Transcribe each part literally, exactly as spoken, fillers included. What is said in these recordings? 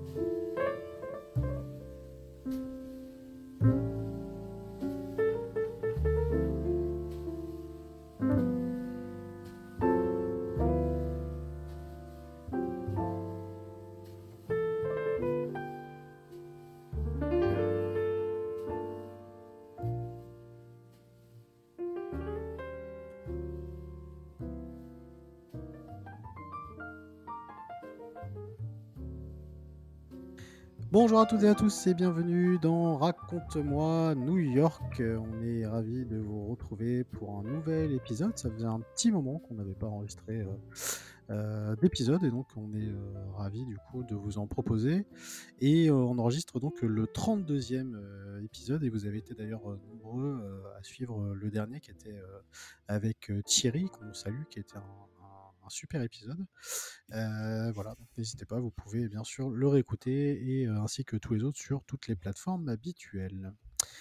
Bonjour à toutes et à tous et bienvenue dans Raconte-moi New York. On est ravis de vous retrouver pour un nouvel épisode. Ça faisait un petit moment qu'on n'avait pas enregistré euh, euh, d'épisode et donc on est euh, ravis du coup de vous en proposer. Et euh, on enregistre donc le trente-deuxième euh, épisode et vous avez été d'ailleurs euh, nombreux euh, à suivre euh, le dernier qui était euh, avec euh, Thierry, qu'on salue, qui était un, un, un super épisode. Euh, voilà, donc n'hésitez pas, vous pouvez bien sûr le réécouter et euh, ainsi que tous les autres sur toutes les plateformes habituelles.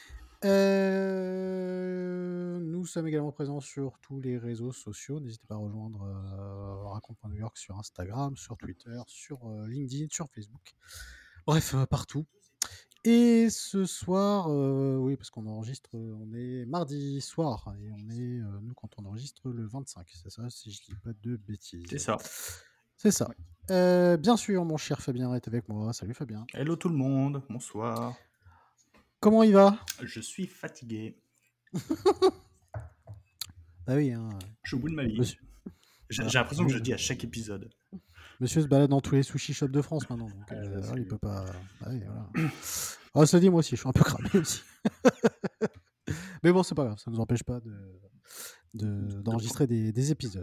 Euh, nous sommes également présents sur tous les réseaux sociaux. N'hésitez pas à rejoindre euh, Raconte-moi New York sur Instagram, sur Twitter, sur euh, LinkedIn, sur Facebook. Bref, euh, partout. Et ce soir, euh, oui, parce qu'on enregistre, on est mardi soir et on est, euh, nous, quand on enregistre le vingt-cinq, c'est ça, si je dis pas de bêtises. C'est ça. C'est ça. Ouais. Euh, bien sûr, mon cher Fabien est avec moi. Salut Fabien. Hello tout le monde, bonsoir. Comment il va ? Je suis fatigué. Ah oui, hein. Je suis au bout de ma vie. Monsieur, J'ai, voilà. j'ai l'impression Oui. que je dis à chaque épisode. Monsieur se balade dans tous les sushi shops de France maintenant, donc Ah, euh, je voilà, sais. il peut pas. Ah oui, voilà. Ah, ça dit, moi aussi, je suis un peu cramé aussi. Mais bon, c'est pas grave, ça nous empêche pas de, de- d'enregistrer des, des épisodes.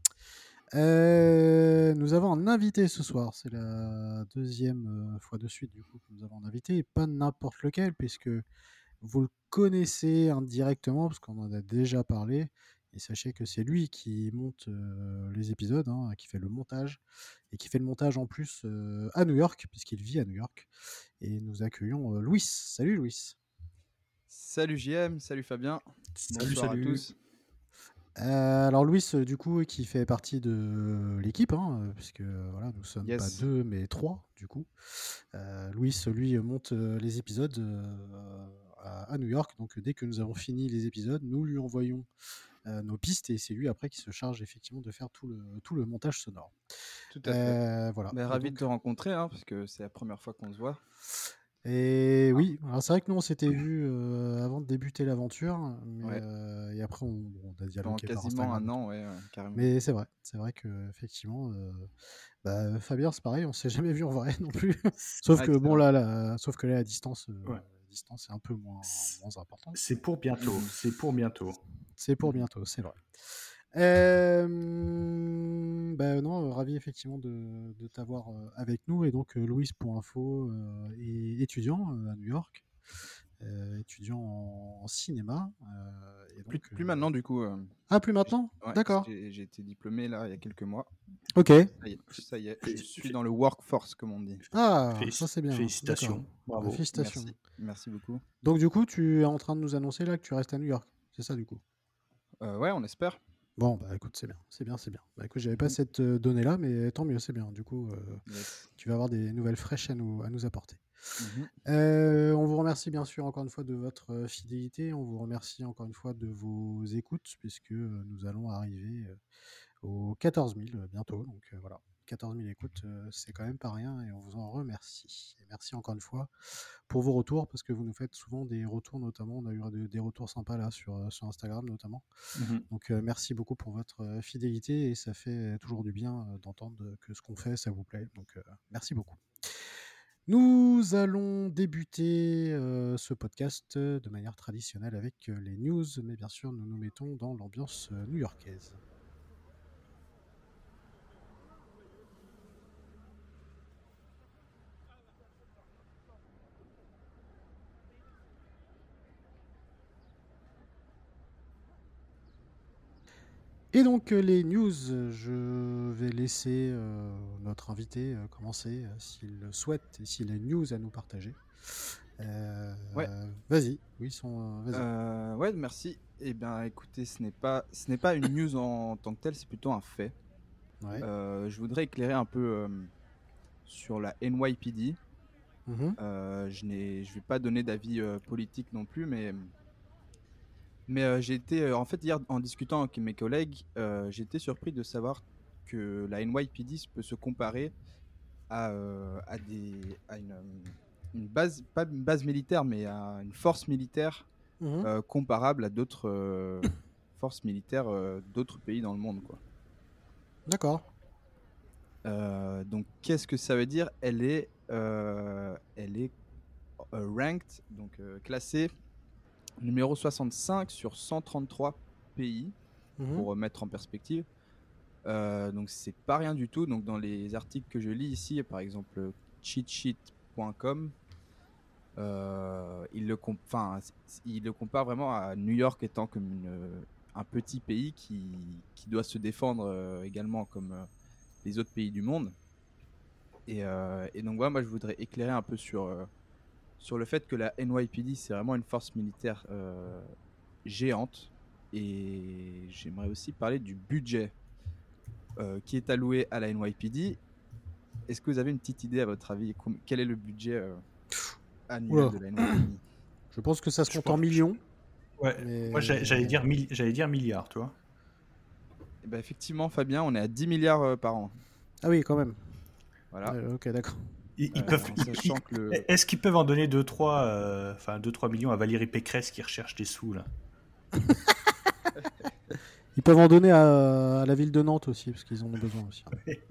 Euh, nous avons un invité ce soir, c'est la deuxième euh, fois de suite du coup que nous avons un invité, et pas n'importe lequel, puisque vous le connaissez indirectement, parce qu'on en a déjà parlé, et sachez que c'est lui qui monte euh, les épisodes, hein, qui fait le montage, et qui fait le montage en plus euh, à New York, puisqu'il vit à New York. Et nous accueillons euh, Louis. Salut Louis. Salut J M, salut Fabien. Salut, Bonsoir salut. à tous. Euh, alors Louis, euh, du coup, qui fait partie de l'équipe, hein, euh, puisque euh, voilà, nous sommes Yes. pas deux, mais trois, du coup. Euh, Louis, lui, euh, monte euh, les épisodes euh, à, à New York. Donc, euh, dès que nous avons fini les épisodes, nous lui envoyons euh, nos pistes et c'est lui après qui se charge effectivement de faire tout le, tout le montage sonore. Tout à Euh, fait. voilà. Mais Et ravi donc- de te rencontrer, hein, parce que c'est la première fois qu'on se voit. Et oui, alors c'est vrai que nous on s'était vu euh, avant de débuter l'aventure, mais Ouais. euh, et après on, on a Pendant dialogué par quasiment Instagram. un an, ouais, ouais, carrément. Mais c'est vrai, c'est vrai que effectivement, euh, bah, Fabien c'est pareil, on s'est jamais vu en vrai non plus. sauf Ouais, que c'est bon vrai. là, la, sauf que là la distance, euh, Ouais. la distance est un peu moins, moins importante. C'est pour bientôt, Mhm. c'est pour bientôt. C'est pour bientôt, c'est vrai. Euh, bah non, euh, ravi effectivement de, de t'avoir euh, avec nous. Et donc, euh, Louis, pour info, euh, est étudiant euh, à New York, euh, étudiant en, en cinéma. euh, et Plus, donc, plus euh, maintenant, du coup. euh, Ah, plus j'ai- maintenant ouais, D'accord. j'ai, j'ai été diplômé là il y a quelques mois. Ok. Ça y est, ça y est, Fé- je suis fé- dans le workforce, comme on dit. Ah, ça Félici- c'est bien. D'accord. Félicitations, Bah, bravo. félicitations. Merci, merci beaucoup. Donc, du coup, tu es en train de nous annoncer là que tu restes à New York. C'est ça, du coup. Euh, ouais, on espère. Bon, bah écoute, c'est bien, c'est bien, c'est bien. Bah écoute, j'avais pas Mhm. cette euh, donnée-là, mais tant mieux, c'est bien. Du coup, euh, Yes. tu vas avoir des nouvelles fraîches à nous, à nous apporter. Mhm. Euh, on vous remercie bien sûr encore une fois de votre euh, fidélité. On vous remercie encore une fois de vos écoutes, puisque euh, nous allons arriver euh, aux quatorze mille euh, bientôt. Donc euh, voilà, quatorze mille écoutes, euh, c'est quand même pas rien et on vous en remercie. Et merci encore une fois pour vos retours, parce que vous nous faites souvent des retours, notamment, on a eu de- des retours sympas là sur, euh, sur Instagram notamment. Mhm. Donc euh, merci beaucoup pour votre euh, fidélité et ça fait toujours du bien euh, d'entendre que ce qu'on fait, ça vous plaît. Donc euh, merci beaucoup. Nous allons débuter euh, ce podcast euh, de manière traditionnelle avec euh, les news, mais bien sûr nous nous mettons dans l'ambiance euh, new-yorkaise. Et donc euh, les news, je vais laisser euh, notre invité euh, commencer euh, s'il le souhaite et s'il a une news à nous partager. Euh, Ouais. Vas-y, oui, son, vas-y. Euh, ouais, merci. Eh bien, écoutez, ce n'est pas, ce n'est pas une news en tant que telle, c'est plutôt un fait. Ouais. Euh, je voudrais éclairer un peu euh, sur la N Y P D. Mmh. Euh, je n'ai, je vais pas donner d'avis euh, politique non plus, mais mais euh, j'ai été euh, en fait hier en discutant avec mes collègues, euh, j'ai été surpris de savoir que la N Y P D peut se comparer à, euh, à des à une, euh, une base, pas une base militaire, mais à une force militaire Mmh. euh, comparable à d'autres euh, forces militaires euh, d'autres pays dans le monde, quoi. D'accord. Euh, donc, qu'est-ce que ça veut dire? Elle est, euh, elle est euh, ranked, donc euh, classée numéro soixante-cinq sur cent trente-trois pays, Mmh. pour euh, mettre en perspective. Euh, donc, c'est pas rien du tout. Donc, dans les articles que je lis ici, par exemple cheat sheet point com, euh, il, le com- enfin, c- c- il le compare vraiment à New York étant comme une, euh, un petit pays qui, qui doit se défendre euh, également comme euh, les autres pays du monde. Et, euh, et donc, voilà, moi, je voudrais éclairer un peu sur, euh, sur le fait que la N Y P D, c'est vraiment une force militaire euh, géante. Et j'aimerais aussi parler du budget euh, qui est alloué à la N Y P D. Est-ce que vous avez une petite idée, à votre avis, com- quel est le budget euh, annuel Oula, de la N Y P D? je pense que ça se Je compte en pense, je- millions, ouais, moi j'ai- j'allais mais dire, mille- j'allais dire milliards, tu vois. Eh ben, effectivement, Fabien, on est à dix milliards euh, par an. ah oui, quand même. Voilà. Ouais, OK, d'accord. Ils, ils Euh, peuvent, en ils- sachant ils- que le. est-ce qu'ils peuvent en donner deux trois, euh, enfin deux trois millions à Valérie Pécresse qui recherche des sous là? Ils peuvent en donner à à la ville de Nantes aussi, parce qu'ils en ont besoin aussi.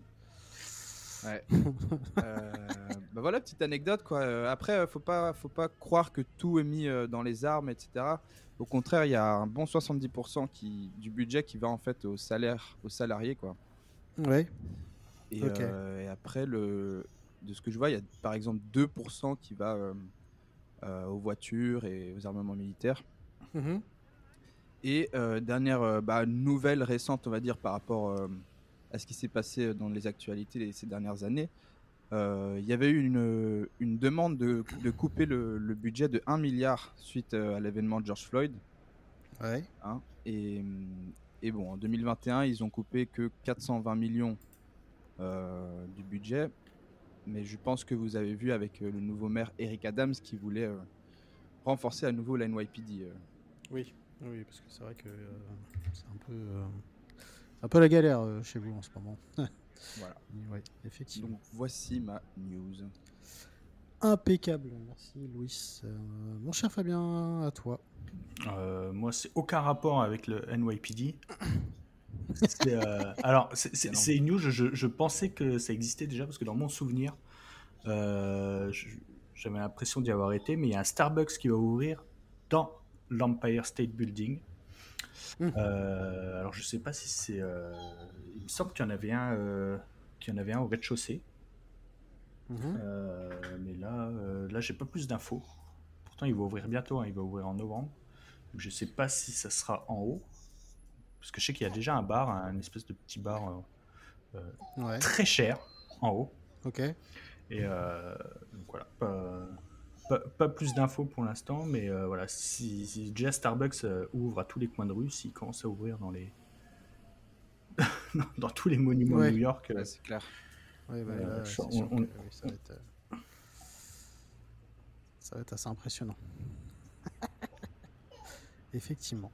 Ouais. Euh, bah voilà, petite anecdote, quoi. Euh, Après, euh, faut pas, faut pas croire que tout est mis euh, dans les armes, et cetera. Au contraire, il y a un bon soixante-dix pour cent qui, du budget qui va en fait au salaire, aux salariés, quoi. Ouais, Et, OK. euh, et après, le, de ce que je vois, il y a par exemple deux pour cent qui va euh, euh, aux voitures et aux armements militaires. Mmh. Et euh, dernière euh, bah, nouvelle récente, on va dire, par rapport euh, à ce qui s'est passé dans les actualités les- ces dernières années, euh, il y avait eu une, une demande de, de couper le, le budget de un milliard suite euh, à l'événement de George Floyd, Ouais. hein. Et, hum, et bon, en deux mille vingt et un, ils ont coupé que quatre cent vingt millions euh, du budget. Mais je pense que vous avez vu avec euh, le nouveau maire Eric Adams qui voulait euh, renforcer à nouveau la N Y P D. euh. Oui, oui, parce que c'est vrai que euh, c'est un peu, euh, un peu la galère euh, chez vous en ce moment. Voilà. Oui, effectivement. Donc voici ma news. Impeccable, merci Louis. Euh, mon cher Fabien, à toi. Euh, moi, c'est aucun rapport avec le N Y P D. C'est, euh, alors, c'est- c'est Bien c'est une news, je, je pensais que ça existait déjà, parce que dans mon souvenir, euh, je- j'avais l'impression d'y avoir été, mais il y a un Starbucks qui va ouvrir dans l'Empire State Building. Mmh. Euh, alors, je sais pas si c'est... euh, il me semble qu'il y en avait un, euh, qu'il y en avait un au rez-de-chaussée. Mhm. Euh, mais là, euh, là, j'ai pas plus d'infos. Pourtant, il va ouvrir bientôt, hein, il va ouvrir en novembre. Donc, je sais pas si ça sera en haut. Parce que je sais qu'il y a déjà un bar, un espèce de petit bar euh, euh, Ouais, très cher en haut. ok. Et euh, donc voilà, pas, pas, pas plus d'infos pour l'instant, mais euh, voilà, si, si déjà Starbucks euh, ouvre à tous les coins de rue, s'il commence à ouvrir dans les dans tous les monuments de Ouais, New York, euh, Ouais, c'est clair. ouais, bah, euh, là, je- c'est on- sûr on- que oui, ça, va être, euh, ça va être assez impressionnant. Effectivement.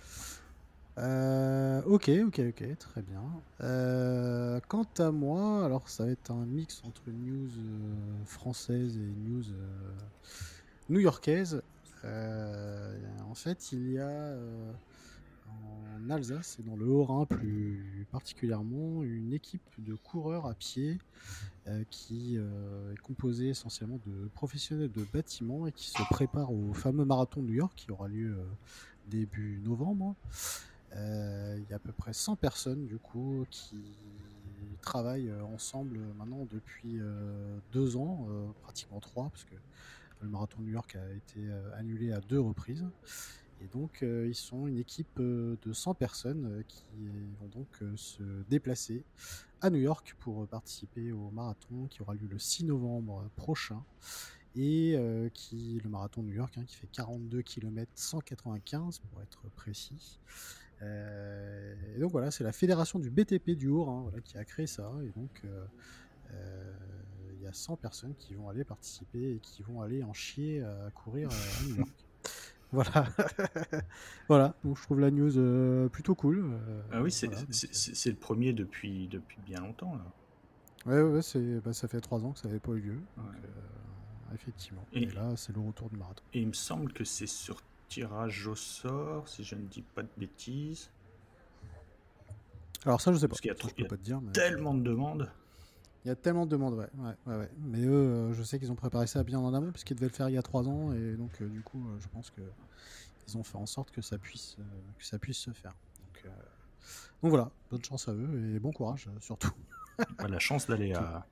Euh, ok, ok, ok, très bien. Euh, quant à moi, alors ça va être un mix entre news euh, française et news euh, new-yorkaise. Euh, en fait, il y a euh, en Alsace et dans le Haut-Rhin plus particulièrement une équipe de coureurs à pied euh, qui euh, est composée essentiellement de professionnels de bâtiment et qui se prépare au fameux marathon de New York qui aura lieu euh, début novembre. Euh, Il y a à peu près cent personnes du coup qui travaillent euh, ensemble euh, maintenant depuis euh, deux ans, euh, pratiquement trois, parce que le marathon de New York a été euh, annulé à deux reprises. Et donc euh, ils sont une équipe euh, de cent personnes euh, qui vont donc euh, se déplacer à New York pour participer au marathon qui aura lieu le six novembre prochain. Et euh, qui, le marathon de New York, hein, qui fait quarante-deux kilomètres cent quatre-vingt-quinze pour être précis. Euh, et donc voilà, c'est la fédération du B T P du Haut-Rhin voilà, qui a créé ça. Et donc euh, euh, il y a cent personnes qui vont aller participer et qui vont aller en chier à courir à New York. Voilà. Voilà, donc je trouve la news euh, plutôt cool. euh, Ah oui, c'est voilà, donc, c'est- euh, c'est- c'est le premier depuis, depuis bien longtemps, là. ouais, ouais, ouais, c'est, bah, ça fait trois ans que ça n'avait pas eu lieu. Donc, Ouais. euh, effectivement. Et- Et là, c'est le retour du marathon. Et il me semble que c'est sur tirage au sort, si je ne dis pas de bêtises. Alors ça, je sais pas. Parce qu'il y a Ça, trop- je peux il y a pas te dire. Mais... Tellement de demandes. Il y a tellement de demandes, ouais. ouais, ouais, ouais. Mais eux, euh, je sais qu'ils ont préparé ça bien en amont, puisqu'ils devaient le faire il y a trois ans. Et donc, euh, du coup, euh, je pense que ils ont fait en sorte que ça puisse, euh, que ça puisse se faire. Donc, euh, donc voilà, bonne chance à eux et bon courage, euh, surtout. Ouais, la chance d'aller à...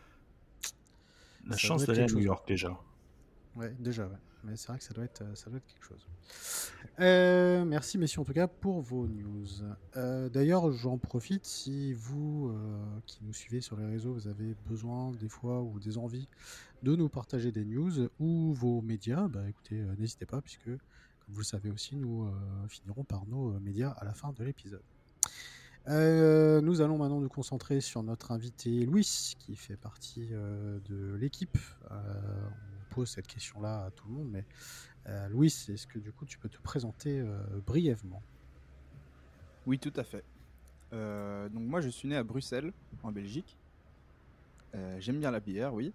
La Ça chance doit être d'aller à quelque New chose. York, déjà. Ouais, déjà, ouais. Mais c'est vrai que ça doit être, euh, ça doit être quelque chose. Euh, merci, messieurs, en tout cas, pour vos news. Euh, D'ailleurs, j'en profite, si vous, euh, qui nous suivez sur les réseaux, vous avez besoin des fois ou des envies de nous partager des news ou vos médias, bah écoutez, euh, n'hésitez pas, puisque, comme vous le savez aussi, nous euh, finirons par nos euh, médias à la fin de l'épisode. Euh, nous allons maintenant nous concentrer sur notre invité Louis, qui fait partie euh, de l'équipe. Euh, on pose cette question-là à tout le monde, mais euh, Louis, est-ce que du coup tu peux te présenter euh, brièvement? Oui, tout à fait. Euh, donc moi, je suis né à Bruxelles, en Belgique. Euh, J'aime bien la bière, oui.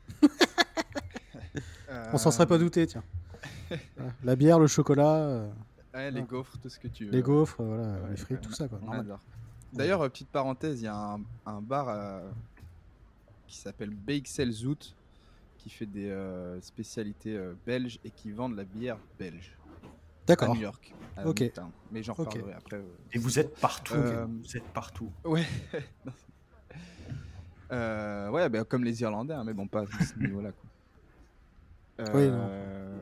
On s'en serait pas Euh, douté, tiens. Voilà. La bière, le chocolat, euh, ouais, les Ah. gaufres, tout ce que tu veux. les ouais. gaufres, euh, voilà, Ouais, les frites, ouais, tout on- ça, quoi. on Normal. adore. D'ailleurs, euh, petite parenthèse, il y a un, un bar euh, qui s'appelle Beixel Zoet qui fait des euh, spécialités euh, belges et qui vend de la bière belge à D'accord. New York, à Ok. Midtown. Mais j'en Ok. reparlerai après. euh. Et vous êtes partout. Euh, Vous êtes partout. Ouais. Euh, ouais, bah, comme les Irlandais, hein, mais bon, pas à ce niveau-là. Quoi. Oui, non. Euh,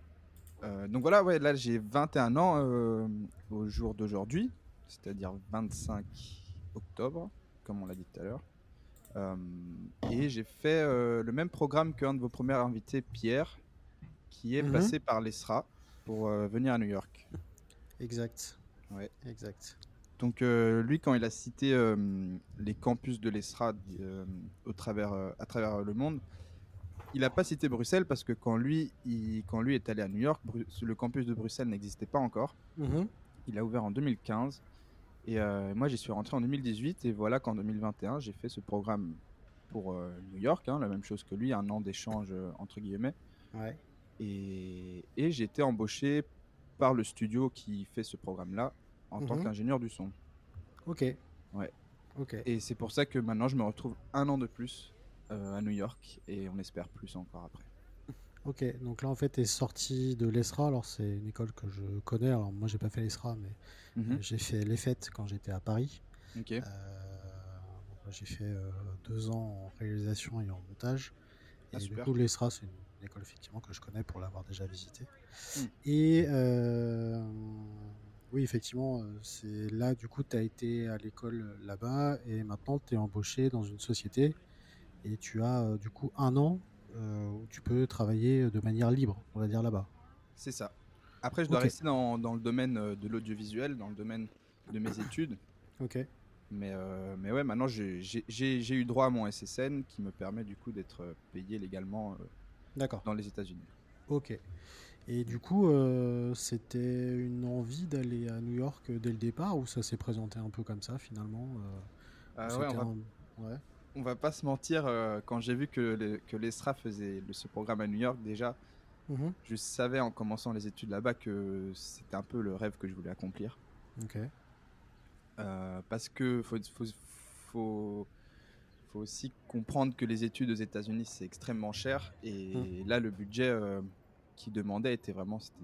euh, donc voilà, ouais, là j'ai vingt et un ans euh, au jour d'aujourd'hui, c'est-à-dire vingt-cinq octobre, comme on l'a dit tout à l'heure. Euh, et j'ai fait euh, le même programme qu'un de vos premiers invités, Pierre, qui est Mhm. passé par l'E S R A pour euh, venir à New York. Exact. Ouais. Exact. Donc euh, lui, quand il a cité euh, les campus de l'E S R A euh, au travers, euh, à travers le monde, il n'a pas cité Bruxelles parce que quand lui, il, quand lui est allé à New York, Bru- le campus de Bruxelles n'existait pas encore. Mhm. Il a ouvert en deux mille quinze et euh, moi j'y suis rentré en deux mille dix-huit et voilà qu'en deux mille vingt et un j'ai fait ce programme pour euh, New York, hein, la même chose que lui, un an d'échange euh, entre guillemets. Ouais. Et, et j'ai été embauché par le studio qui fait ce programme-là en tant Mhm. qu'ingénieur du son. Ok. Ouais. Ok. Et c'est pour ça que maintenant je me retrouve un an de plus euh, à New York et on espère plus encore après. Ok, donc là en fait tu es sorti de l'E S R A, alors c'est une école que je connais, alors moi j'ai pas fait l'E S R A mais Mhm. euh, j'ai fait les fêtes quand j'étais à Paris. Ok. Euh, donc, moi, j'ai fait euh, deux ans en réalisation et en montage. Ah, Et du super. coup l'E S R A c'est une, une école effectivement que je connais pour l'avoir déjà visité. Mm. Et euh, oui effectivement euh, c'est là du coup tu as été à l'école là-bas et maintenant tu es embauché dans une société et tu as euh, du coup un an euh, où tu peux travailler de manière libre, on va dire là-bas. C'est ça. Après, je dois Ok. rester dans, dans le domaine euh, de l'audiovisuel, dans le domaine de mes études. Ok. Mais, euh, mais ouais, maintenant, j'ai j'ai- j'ai- j'ai eu droit à mon S S N qui me permet du coup d'être euh, payé légalement euh, D'accord. dans les États-Unis. Ok. Et du coup, euh, c'était une envie d'aller à New York dès le départ ou ça s'est présenté un peu comme ça finalement euh, Euh, ou ouais, on c'était va, un- ouais. on va pas se mentir, euh, quand j'ai vu que, le- que l'E S R A faisait le- ce programme à New York, déjà, Mhm. je savais en commençant les études là-bas que c'était un peu le rêve que je voulais accomplir. Ok. Euh, parce que faut, faut, faut, faut aussi comprendre que les études aux États-Unis c'est extrêmement cher et là le budget euh, qu'ils demandaient était vraiment c'était,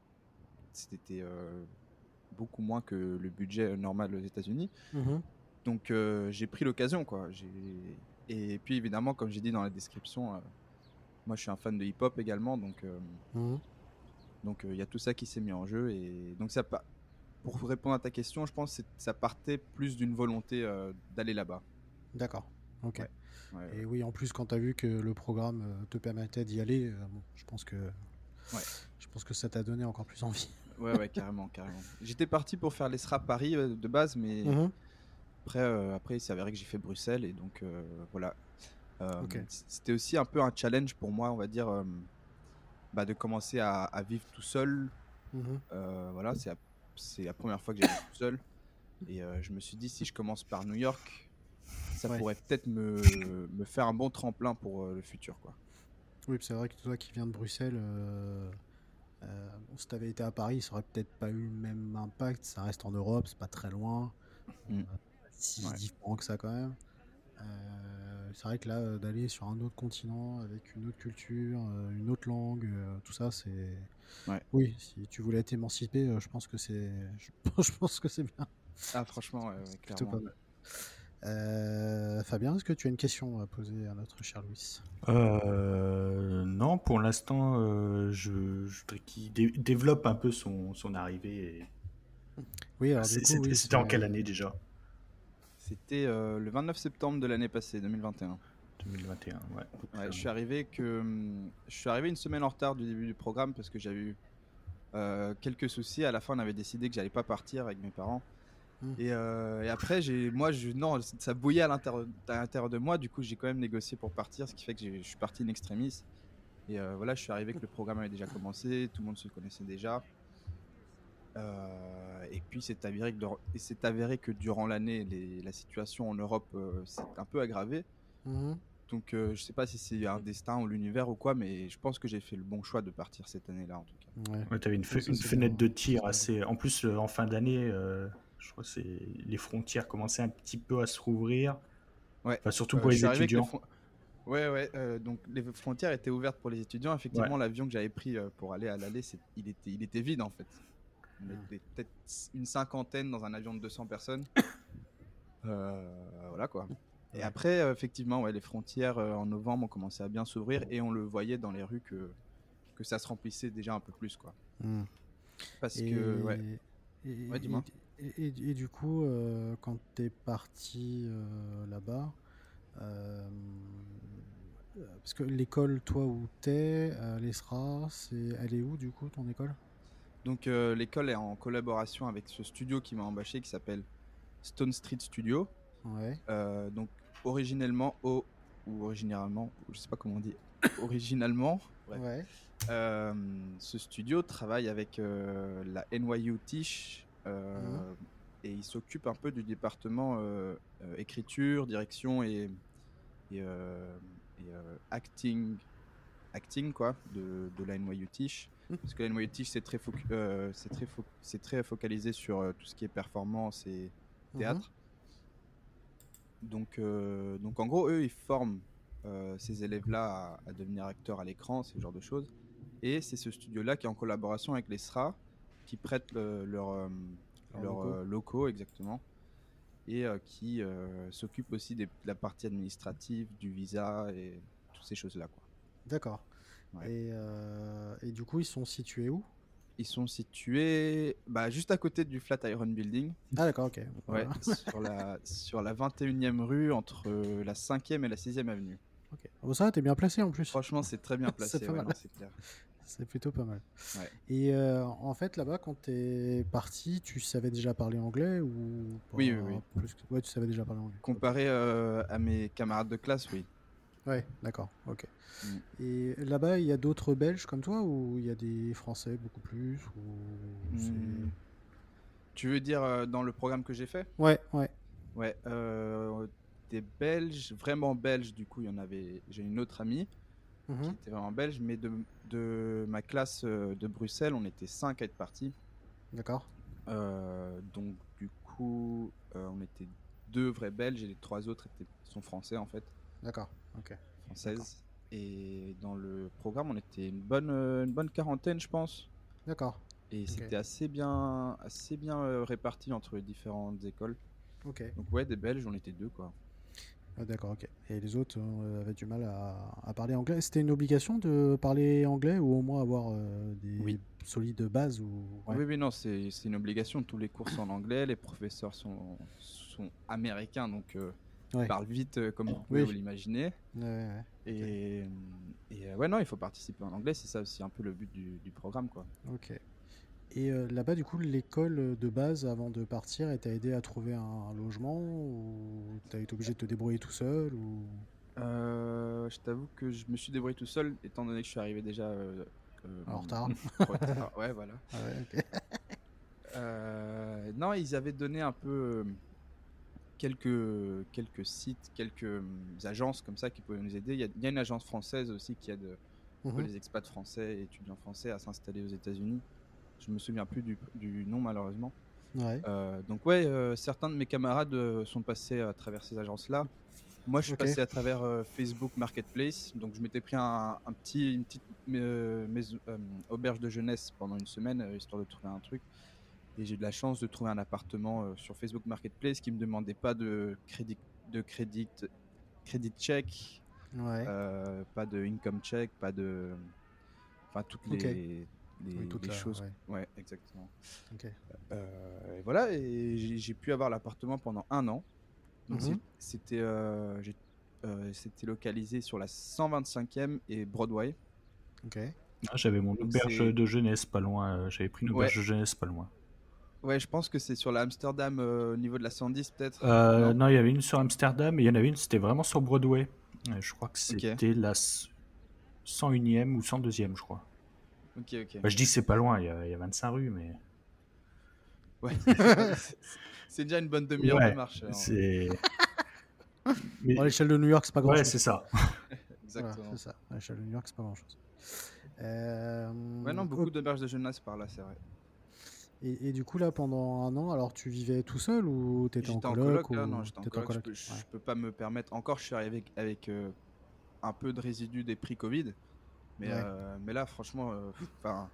c'était euh, beaucoup moins que le budget normal aux États-Unis. Mhm. Donc euh, j'ai pris l'occasion quoi. J'ai... Et puis évidemment comme j'ai dit dans la description, euh, moi je suis un fan de hip-hop également donc euh, Mhm. donc il euh, y a tout ça qui s'est mis en jeu et donc ça pa- pour répondre à ta question, je pense que ça partait plus d'une volonté euh, d'aller là-bas. D'accord. Ok. Ouais. Ouais, Et ouais. oui, en plus, quand tu as vu que le programme euh, te permettait d'y aller, euh, bon, je pense que Ouais. je pense que ça t'a donné encore plus envie. Ouais, ouais, carrément, carrément. J'étais parti pour faire l'E S R A Paris euh, de base, mais Mhm. après, euh, après, il s'est avéré que j'ai fait Bruxelles et donc euh, voilà. Euh, Ok. C'était aussi un peu un challenge pour moi, on va dire, euh, bah, de commencer à, à vivre tout seul. Mhm. Euh, voilà, c'est la, c'est la première fois que j'habite tout seul. Et euh, je me suis dit, si je commence par New York, ça Ouais. pourrait peut-être me, me faire un bon tremplin pour euh, le futur, quoi. Oui, puis c'est vrai que toi qui viens de Bruxelles, euh, euh, bon, si t'avais été à Paris, ça aurait peut-être pas eu le même impact. Ça reste en Europe, c'est pas très loin, Mm. pas si Ouais. différent que ça quand même. Euh, c'est vrai que là, euh, d'aller sur un autre continent avec une autre culture, euh, une autre langue, euh, tout ça, c'est. Ouais. Oui, si tu voulais t'émanciper, euh, je pense que c'est. Je, je pense que c'est bien. Ah, franchement, ouais, ouais, C'est plutôt pas clairement. mal. Euh, Fabien, est-ce que tu as une question à poser à notre cher Louis? Euh, non, pour l'instant, euh, je, je voudrais qu'il dé- développe un peu son, son arrivée. Et... Oui, alors du C'est- coup, C'était oui, c'était en quelle c'est. année déjà? C'était euh, le vingt-neuf septembre de l'année passée, deux mille vingt et un. deux mille vingt et un, ouais. Donc, Ouais, euh, je suis arrivé que hum, je suis arrivé une semaine en retard du début du programme parce que j'avais eu euh, quelques soucis. À la fin, on avait décidé que j'allais pas partir avec mes parents. Hmm. Et, euh, et après, j'ai, moi, je, non, ça bouillait à l'intérieur, à l'intérieur de moi. Du coup, j'ai quand même négocié pour partir, ce qui fait que j'ai- je suis parti in extremis. Et euh, voilà, je suis arrivé que le programme avait déjà commencé, tout le monde se connaissait déjà. Euh, et puis, c'est avéré que, dans- et c'est avéré que durant l'année, les- la situation en Europe euh, s'est un peu aggravée. Mhm. Donc, euh, je sais pas si c'est un destin ou l'univers ou quoi, mais je pense que j'ai fait le bon choix de partir cette année-là, en tout cas. Ouais. ouais, tu avais une, fe- Ouais, ça, une c'est fenêtre bien. de Ça, tir c'est bien. assez. En plus, euh, en fin d'année, euh, je crois que c'est les frontières commençaient un petit peu à se rouvrir. Ouais, Enfin, surtout euh, pour je les suis arrivé avec les étudiants. fonds. Ouais, ouais. Euh, donc les frontières étaient ouvertes pour les étudiants. Ouais. Effectivement, l'avion que j'avais pris euh, pour aller à l'aller, c'est- il était, il était vide en fait. On Hmm. était peut-être une cinquantaine dans un avion de deux cents personnes. Euh, voilà quoi. Et Ouais. après, euh, effectivement, ouais, les frontières euh, en novembre ont commencé à bien s'ouvrir et on le voyait dans les rues que, que ça se remplissait déjà un peu plus quoi. Hmm. Parce que, ouais, Et, et, ouais, et, dis-moi. et- et- et du coup, euh, quand t'es parti euh, là-bas, euh, euh, parce que l'école, toi, où t'es, euh, l'ESRA, c'est, elle est où du coup, ton école? Donc euh, l'école est en collaboration avec ce studio qui m'a embauché qui s'appelle Stone Street Studio. Ouais. Euh, donc originellement au ou originalement, je sais pas comment on dit, originalement, bref. Ouais. Euh, ce studio travaille avec euh, la N Y U Tisch Mhm. euh, et il s'occupe un peu du département euh, euh, écriture, direction et, et, euh, et, euh, acting, acting quoi, de, de la N Y U Tisch. Parce que la N Y U Tisch c'est très, focu- euh, c'est très, fo- c'est très focalisé sur euh, tout ce qui est performance et Mhm. théâtre. Donc, euh, donc en gros, eux, ils forment euh, ces élèves-là à, à devenir acteurs à l'écran, ce genre de choses. Et c'est ce studio-là qui est en collaboration avec les S R A, qui prêtent le- leur, euh, Leurs leurs locaux. euh, locaux exactement, et euh, qui euh, s'occupent aussi des- de la partie administrative, du visa et toutes ces choses-là, quoi. D'accord. Ouais. Et, euh, et du coup, ils sont situés où? Ils sont situés bah, juste à côté du Flatiron Building, Ah d'accord, ok. ouais, Voilà. sur la, sur la vingt et unième rue, entre euh, la cinquième et la sixième avenue. Ok. Bon, ça, va, t'es bien placé en plus. Franchement, c'est très bien C'est placé, pas ouais, mal. non, c'est clair. C'est plutôt pas mal. Ouais. Et euh, en fait, là-bas, quand t'es parti, tu savais déjà parler anglais ou Oui, oui, oui. pas plus que... Ouais, tu savais déjà parler anglais. Ok. Comparé euh, à mes camarades de classe, oui. Ouais, d'accord, ok. Mm. Et là-bas, il y a d'autres Belges comme toi ou il y a des Français beaucoup plus ou c'est... Mm. Tu veux dire euh, dans le programme que j'ai fait? Ouais, ouais. Ouais. euh, des Belges, vraiment Belges, du coup, il y en avait. J'ai une autre amie qui Mhm. était vraiment belge, mais de, de ma classe euh, de Bruxelles, on était cinq à être partis. D'accord, Euh, donc, du coup, euh, on était deux vrais Belges et les trois autres étaient, sont français en fait, d'accord, ok. D'accord. françaises. Et dans le programme, on était une bonne, euh, une bonne quarantaine, je pense. D'accord, Et ok. c'était assez bien, assez bien euh, réparti entre les différentes écoles. Ok. Donc ouais, des Belges, on était deux quoi. Ah, d'accord, ok. Et les autres euh, avaient du mal à, à parler anglais. C'était une obligation de parler anglais ou au moins avoir euh, Oui. des solides bases ou... Ouais. Oui, oui, non, c'est c'est une obligation. Tous les cours sont en anglais, les professeurs sont, sont américains, donc euh, ils Ouais. parlent vite euh, comme vous pouvez Oui. vous l'imaginer. Ouais, ouais, Et, et euh, ouais, non, il faut participer en anglais, c'est ça aussi un peu le but du, du programme quoi. ok. Et euh, là-bas, du coup, l'école de base, avant de partir, elle t'a aidé à trouver un, un logement ou t'as été obligé de te débrouiller tout seul ou... Euh, je t'avoue que je me suis débrouillé tout seul, étant donné que je suis arrivé déjà euh, euh, En retard. trop tard. Ouais, voilà. Ah ouais, ok. Euh, non, ils avaient donné un peu euh, quelques, quelques sites, quelques euh, agences comme ça qui pouvaient nous aider. Il y a, il y a une agence française aussi qui aide un peu Mhm. les expats français et étudiants français à s'installer aux États-Unis. Je me souviens plus du, du nom malheureusement. Ouais. Euh, donc ouais, euh, certains de mes camarades euh, sont passés à travers ces agences-là. Moi, je suis Ok. passé à travers euh, Facebook Marketplace. Donc je m'étais pris un, un petit, une petite euh, maison- euh, auberge de jeunesse pendant une semaine, euh, histoire de trouver un truc. Et j'ai eu de la chance de trouver un appartement euh, sur Facebook Marketplace qui me demandait pas de crédit, de crédit, crédit check, Ouais. euh, pas de income check, pas de, enfin toutes Ok. les, Oui, les, toute les la. choses. Ouais. Ouais, exactement. Ok. Euh, et voilà, et j'ai j'ai pu avoir l'appartement pendant un an. Donc Mhm. c'est- c'était euh, j'ai- euh, c'était localisé sur la cent vingt-cinquième et Broadway. Ok. Ah, j'avais mon Donc auberge c'est de jeunesse pas loin. euh, J'avais pris une ouais, auberge de jeunesse pas loin. ouais, je pense que c'est sur la Amsterdam euh, au niveau de la cent dix peut-être. Euh, Non? non, il y avait une sur Amsterdam et il y en avait une, c'était vraiment sur Broadway. Euh, Je crois que Ok, c'était la s- cent unième ou cent deuxième, je crois. ok, ok. Bah, je dis que c'est pas loin, il y a, il y a vingt-cinq rues, mais. Ouais, c'est c'est- c'est déjà une bonne demi-heure de Ouais, marche. Alors. c'est. Bon, à Mais... l'échelle de New York, c'est pas grand Ouais, chose. c'est ça. Voilà, c'est Exactement. ça. À l'échelle de New York, c'est pas grand chose. Euh, Ouais, non, beaucoup ok. d'auberges de jeunesse par là, c'est vrai. Et, et du coup, là, pendant un an, alors tu vivais tout seul ou t'étais en J'étais en coloc coloc là, non, ou j'étais en t'étais en coloc. Je coloc? peux, Ouais. je peux pas me permettre. Encore, je suis arrivé avec, avec euh, un peu de résidus des prix Covid. Mais, Ouais. euh, mais là, franchement, euh, enfin,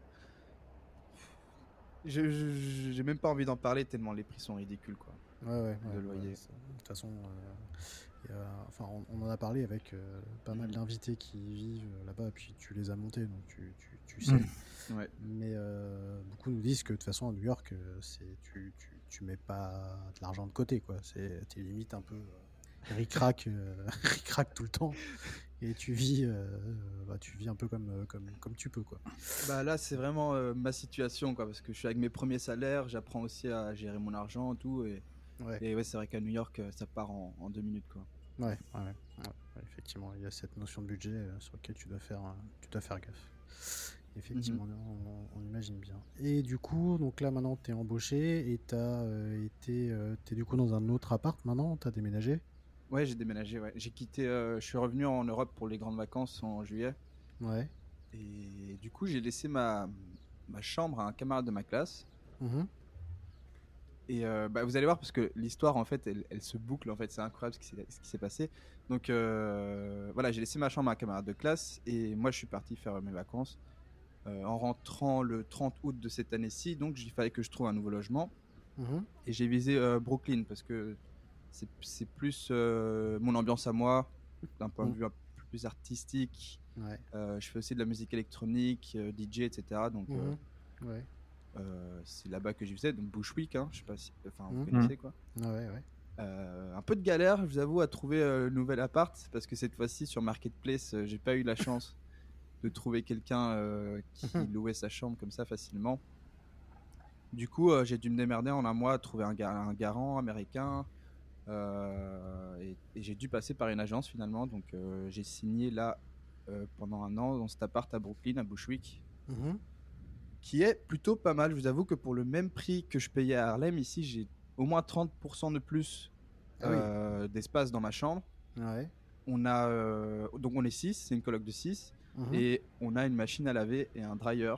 je- je- j'ai même pas envie d'en parler tellement les prix sont ridicules, quoi, Ouais, ouais, ouais. de Ouais, loyer. c'est- de toute façon, euh, il y a- enfin, on, on en a parlé avec euh, pas mal Mhm. d'invités qui vivent euh, là-bas, et puis tu les as montés, donc tu, tu, tu sais. Mm. Ouais. Mais euh, beaucoup nous disent que de toute façon, à New York, euh, c'est, tu, tu, tu mets pas de l'argent de côté, quoi. C'est, t'es limite un peu euh, ric-rac, euh, ric-rac tout le temps, et tu vis, euh, euh, bah, tu vis un peu comme, euh, comme, comme tu peux, quoi. Bah là, c'est vraiment euh, ma situation, quoi, parce que je suis avec mes premiers salaires, j'apprends aussi à gérer mon argent, tout, et, Ouais, et ouais, c'est vrai qu'à New York, euh, ça part en, en deux minutes, quoi. ouais, ouais, ouais, ouais, ouais, effectivement, il y a cette notion de budget euh, sur laquelle tu dois faire, euh, tu dois faire gaffe. Mhm. Effectivement, on, on imagine bien. Et du coup, donc là maintenant, t'es embauché et t'as euh, été, euh, t'es du coup dans un autre appart maintenant, t'as déménagé? Ouais, j'ai déménagé, ouais. J'ai quitté, euh, je suis revenu en Europe pour les grandes vacances en juillet, Ouais. et du coup, j'ai laissé ma, ma chambre à un camarade de ma classe. Mhm. Et euh, bah, vous allez voir parce que l'histoire en fait elle, elle se boucle en fait, c'est incroyable ce qui s'est, ce qui s'est passé. Donc euh, voilà, j'ai laissé ma chambre à un camarade de classe et moi je suis parti faire mes vacances euh, en rentrant le trente août de cette année-ci. Donc il fallait que je trouve un nouveau logement Mhm. et j'ai visé euh, Brooklyn parce que c'est, c'est plus euh, mon ambiance à moi d'un point de Mhm. vue un peu plus artistique. Ouais. Euh, je fais aussi de la musique électronique, euh, D J, et cetera. Donc euh, Mhm. Ouais. euh, c'est là-bas que j'y faisais. Donc Bushwick, hein, je sais pas si, enfin vous Mhm. connaissez quoi. Ouais, ouais. Euh, un peu de galère, je vous avoue, à trouver euh, le nouvel appart parce que cette fois-ci sur Marketplace, euh, j'ai pas eu la chance de trouver quelqu'un euh, qui louait sa chambre comme ça facilement. Du coup, euh, j'ai dû me démerder en un mois à trouver un, gar- un garant américain euh, et, et j'ai dû passer par une agence finalement. Donc, euh, j'ai signé là euh, pendant un an dans cet appart à Brooklyn, à Bushwick, Mhm. qui est plutôt pas mal. Je vous avoue que pour le même prix que je payais à Harlem, ici, j'ai au moins trente pour cent de plus Ah oui. euh, d'espace dans ma chambre. Ouais. On a euh, donc on est six, c'est une coloc de six Mhm. et on a une machine à laver et un dryer,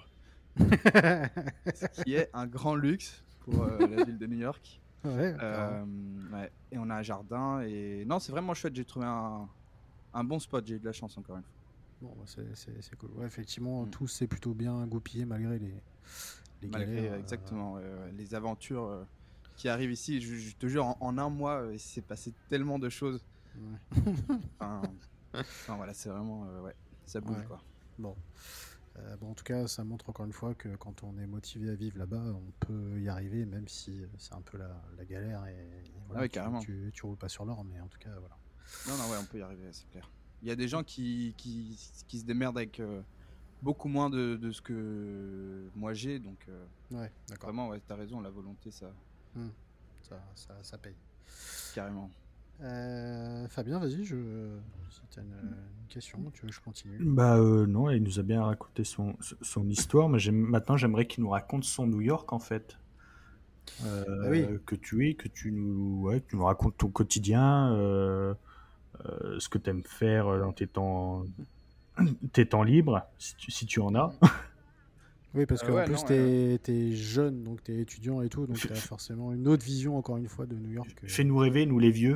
ce qui est un grand luxe pour euh, la ville de New York. Ouais, carrément. Euh, ouais. Et on a un jardin et non, c'est vraiment chouette. J'ai trouvé un, un bon spot. J'ai eu de la chance encore une fois. Bon, bah, c'est, c'est, c'est cool. Ouais, effectivement, Mm. tout s'est plutôt bien goupillé malgré les, les Malgré galères. euh, euh, exactement euh, les aventures euh, qui arrivent ici. Je, je te jure, en, en un mois, euh, il s'est passé tellement de choses. Ouais. Enfin, enfin, voilà, c'est vraiment euh, ouais, ça bouge Ouais. quoi. Bon. Euh, bon, en tout cas, ça montre encore une fois que quand on est motivé à vivre là-bas, on peut y arriver, même si c'est un peu la, la galère et, et voilà, Ah oui, tu, carrément. tu, tu roules pas sur l'or, mais en tout cas, voilà. Non, non, ouais, on peut y arriver, c'est clair. Il y a des gens qui, qui, qui se démerdent avec euh, beaucoup moins de, de ce que moi j'ai, donc euh, Ouais, d'accord. vraiment, ouais, t'as raison, la volonté, ça, Hmm. Ça, ça, ça paye. carrément. Euh, Fabien, vas-y, je... si tu as une, une question, tu veux que je continue? Bah euh, non, il nous a bien raconté son, son histoire, mais j'aime- maintenant j'aimerais qu'il nous raconte son New York en fait. Bah oui, Euh, que tu es, que tu nous, ouais, que tu nous racontes ton quotidien, euh, euh, ce que tu aimes faire dans tes temps, tes temps libres, si tu, si tu en as. Mhm. Oui, parce Euh, qu'en ouais, plus, non, ouais, ouais. t'es es jeune, donc t'es étudiant et tout, donc F- t'as f- forcément une autre vision, encore une fois, de New York. que- Fais-nous rêver, nous les vieux.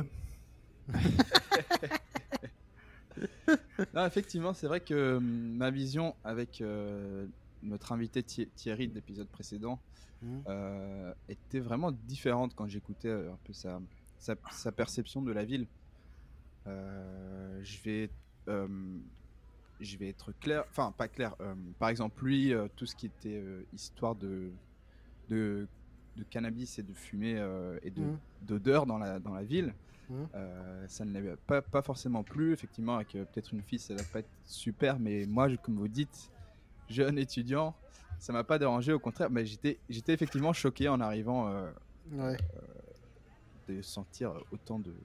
Non, effectivement, c'est vrai que hum, ma vision avec euh, notre invité Thi- Thierry de l'épisode précédent Mhm. euh, était vraiment différente quand j'écoutais euh, un peu sa, sa, sa perception de la ville. Euh, je vais, euh, je vais être clair, enfin pas clair. Euh, par exemple, lui, euh, tout ce qui était euh, histoire de, de, de cannabis et de fumée euh, et de Mhm. d'odeur dans la, dans la ville, Mhm. euh, ça ne l'avait pas, pas forcément plu. Effectivement, avec euh, peut-être une fille, ça va pas être super, mais moi, je- comme vous dites, jeune étudiant, ça m'a pas dérangé. Au contraire, mais j'étais, j'étais effectivement choqué en arrivant euh, euh, Ouais. de sentir autant de,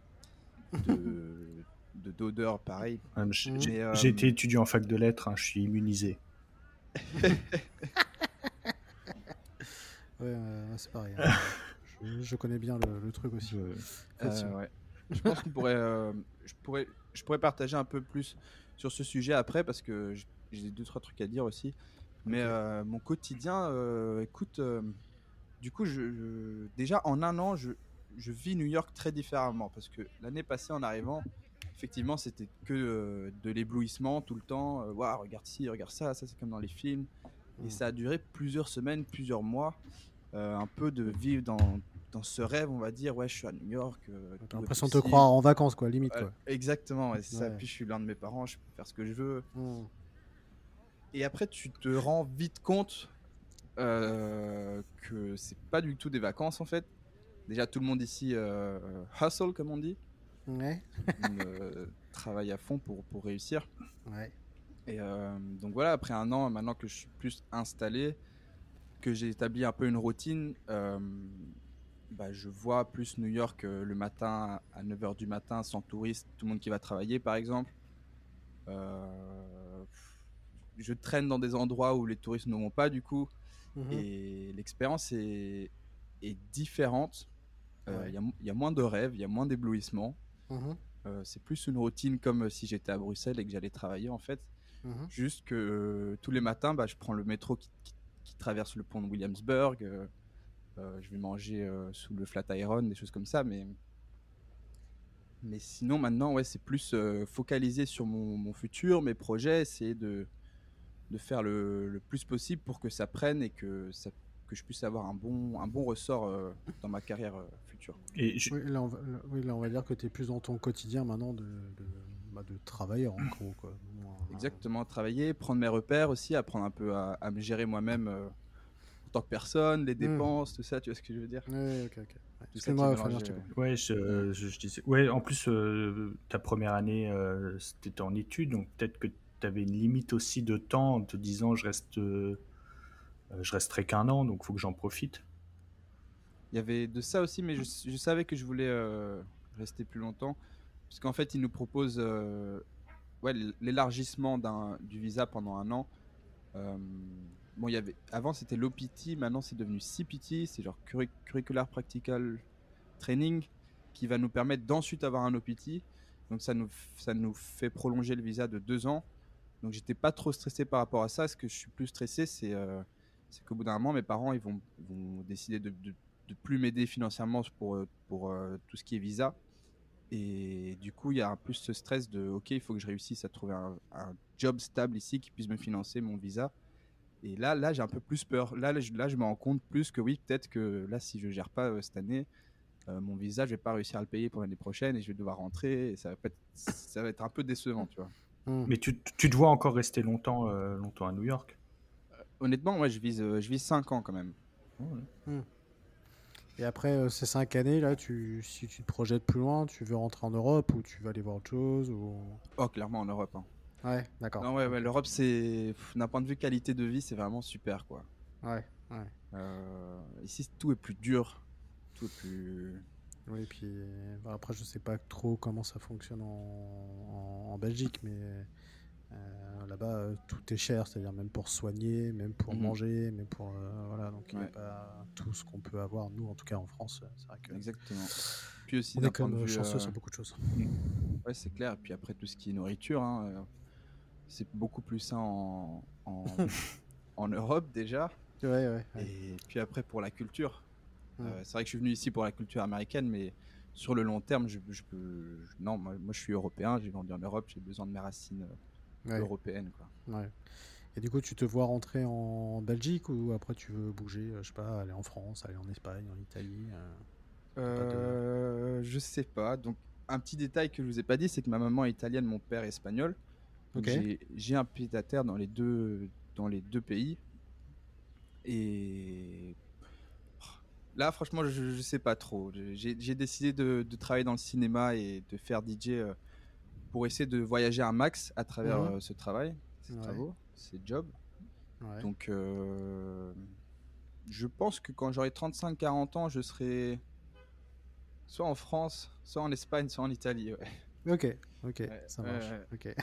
de, de d'odeurs pareilles. Euh, J'ai Mhm. j'ai- Mais j'ai été euh, étudiant en fac de lettres, hein, je suis immunisé. Ouais, euh, c'est pareil, hein. Je, je connais bien le, le truc aussi, Je- euh, effectivement. ouais. Je pense qu'on pourrait, euh, je pourrais, je pourrais partager un peu plus sur ce sujet après parce que j- j'ai deux trois trucs à dire aussi. Mais Ok. euh, mon quotidien, euh, écoute, euh, du coup, je, je- déjà en un an, je, je vis New York très différemment parce que l'année passée, en arrivant, effectivement, c'était que euh, de l'éblouissement tout le temps. Euh, Waouh, regarde ci, regarde ça, ça c'est comme dans les films. Et Mhm. ça a duré plusieurs semaines, plusieurs mois, euh, un peu de vivre dans, dans ce rêve, on va dire, ouais, je suis à New York, euh, T'as tout est l'impression de te croire possible. en vacances, quoi, limite, Euh, quoi. exactement, ouais, c'est ça. Ouais. Puis je suis l'un de mes parents, je peux faire ce que je veux. Mhm. Et après, tu te rends vite compte euh, que c'est pas du tout des vacances en fait. Déjà, tout le monde ici euh, hustle, comme on dit. Ouais. Tout le monde euh, travaille à fond pour, pour réussir. Ouais. Et euh, donc voilà, après un an, maintenant que je suis plus installé, que j'ai établi un peu une routine, euh, bah, je vois plus New York euh, le matin à neuf heures du matin, sans touristes, tout le monde qui va travailler par exemple. Euh, je traîne dans des endroits où les touristes ne vont pas du coup. Mhm. Et l'expérience est, est différente. Il euh, Ouais. y, a, y a moins de rêves, il y a moins d'éblouissement. Mhm. Euh, c'est plus une routine comme si j'étais à Bruxelles et que j'allais travailler en fait. Mhm. Juste que euh, tous les matins, bah, je prends le métro qui, qui, qui traverse le pont de Williamsburg. Euh, euh, je vais manger euh, sous le Flatiron, des choses comme ça. Mais, mais sinon, maintenant, ouais, c'est plus euh, focalisé sur mon, mon futur, mes projets, essayer de, de faire le, le plus possible pour que ça prenne et que, ça, que je puisse avoir un bon, un bon ressort euh, dans ma carrière euh, future. Et je- Oui, là, on va, là- oui, là, on va dire que tu es plus dans ton quotidien maintenant de, de, bah, de travailleur, en gros, quoi. Moins- Exactement, travailler, prendre mes repères aussi, apprendre un peu à, à me gérer moi-même euh, en tant que personne, les Hmm. dépenses, tout ça, tu vois ce que je veux dire? Ouais, ok, ok. Ouais. Tout ça qui est Excuse-moi, Fabien, je mélangé. t'ai coupé. ouais, Ouais. je, je- je disais. Ouais, en plus, euh, ta première année, euh, c'était en études, donc peut-être que tu avais une limite aussi de temps en te disant je reste, euh, je resterai qu'un an, donc faut que j'en profite. Il y avait de ça aussi, mais je, je savais que je voulais euh, rester plus longtemps, parce qu'en fait, ils nous proposent euh, ouais, l'élargissement d'un- du visa pendant un an. Euh, bon, il y avait, avant, c'était l'O P T, maintenant, c'est devenu C P T, c'est genre curric- Curricular Practical Training, qui va nous permettre d'ensuite avoir un O P T. Donc, ça nous, ça nous fait prolonger le visa de deux ans. Donc, j'étais pas trop stressé par rapport à ça. Ce que je suis plus stressé, c'est euh, c'est qu'au bout d'un moment, mes parents, ils vont, ils vont décider de, de, de plus m'aider financièrement pour, euh, pour euh, tout ce qui est visa. Et du coup, il y a un plus ce stress de OK, il faut que je réussisse à trouver un, un job stable ici qui puisse me financer mon visa. Et là, là j'ai un peu plus peur. Là, là, je, là, je me rends compte plus que oui, peut-être que là, si je gère pas euh, cette année, euh, mon visa, je vais pas réussir à le payer pour l'année prochaine et je vais devoir rentrer. Et ça va, pas être, ça va être un peu décevant, tu vois. Hmm. Mais tu, tu te vois encore rester longtemps, euh, longtemps à New York. Honnêtement, moi, je vise, euh, je vise cinq ans quand même. Ouais. Hmm. Et après euh, ces cinq années, là, tu, si tu te projettes plus loin, tu veux rentrer en Europe ou tu vas aller voir autre chose ou... Oh, clairement, en Europe. Hein. Ouais, d'accord. Non, ouais, ouais, Ok. l'Europe, c'est pff, d'un point de vue qualité de vie, c'est vraiment super, quoi. Ouais, ouais. Euh, ici, tout est plus dur, tout est plus Oui, puis bah, après, je sais pas trop comment ça fonctionne en, en, en Belgique, mais euh, là-bas, euh, tout est cher, c'est-à-dire même pour soigner, même pour Mhm. manger, même pour. Euh, voilà, donc il n'y a Ouais, pas tout ce qu'on peut avoir, nous, en tout cas en France. euh, C'est vrai que exactement. Puis aussi on est d'un quand point de même vue, chanceux euh, sur beaucoup de choses. mm, ouais, c'est clair. Et puis après tout ce qui est nourriture, hein, euh, c'est beaucoup plus sain en, en, en Europe déjà. Ouais, ouais, ouais. Et puis après pour la culture, Mm. euh, c'est vrai que je suis venu ici pour la culture américaine, mais sur le long terme, je, je peux, je- non, moi, moi, je suis européen, j'ai grandi en Europe, j'ai besoin de mes racines euh, Ouais, européennes, quoi. ouais. Et du coup, tu te vois rentrer en Belgique ou après tu veux bouger, euh, je sais pas, aller en France, aller en Espagne, en Italie euh, t'as pas de... Euh, je sais pas. Donc un petit détail que je vous ai pas dit, c'est que ma maman est italienne, mon père est espagnol. Donc Ok. j'ai j'ai un pied à terre dans les deux dans les deux pays. Et là, franchement, je, je sais pas trop. J'ai j'ai décidé de, de travailler dans le cinéma et de faire D J euh, pour essayer de voyager un max à travers Mhm. euh, ce travail, ces Ouais, travaux, ces jobs. ouais. Donc, euh, je pense que quand j'aurai trente-cinq quarante ans, je serai soit en France, soit en Espagne, soit en Italie. Ouais. Ok, ok, Ouais, ça marche. ouais, Ok,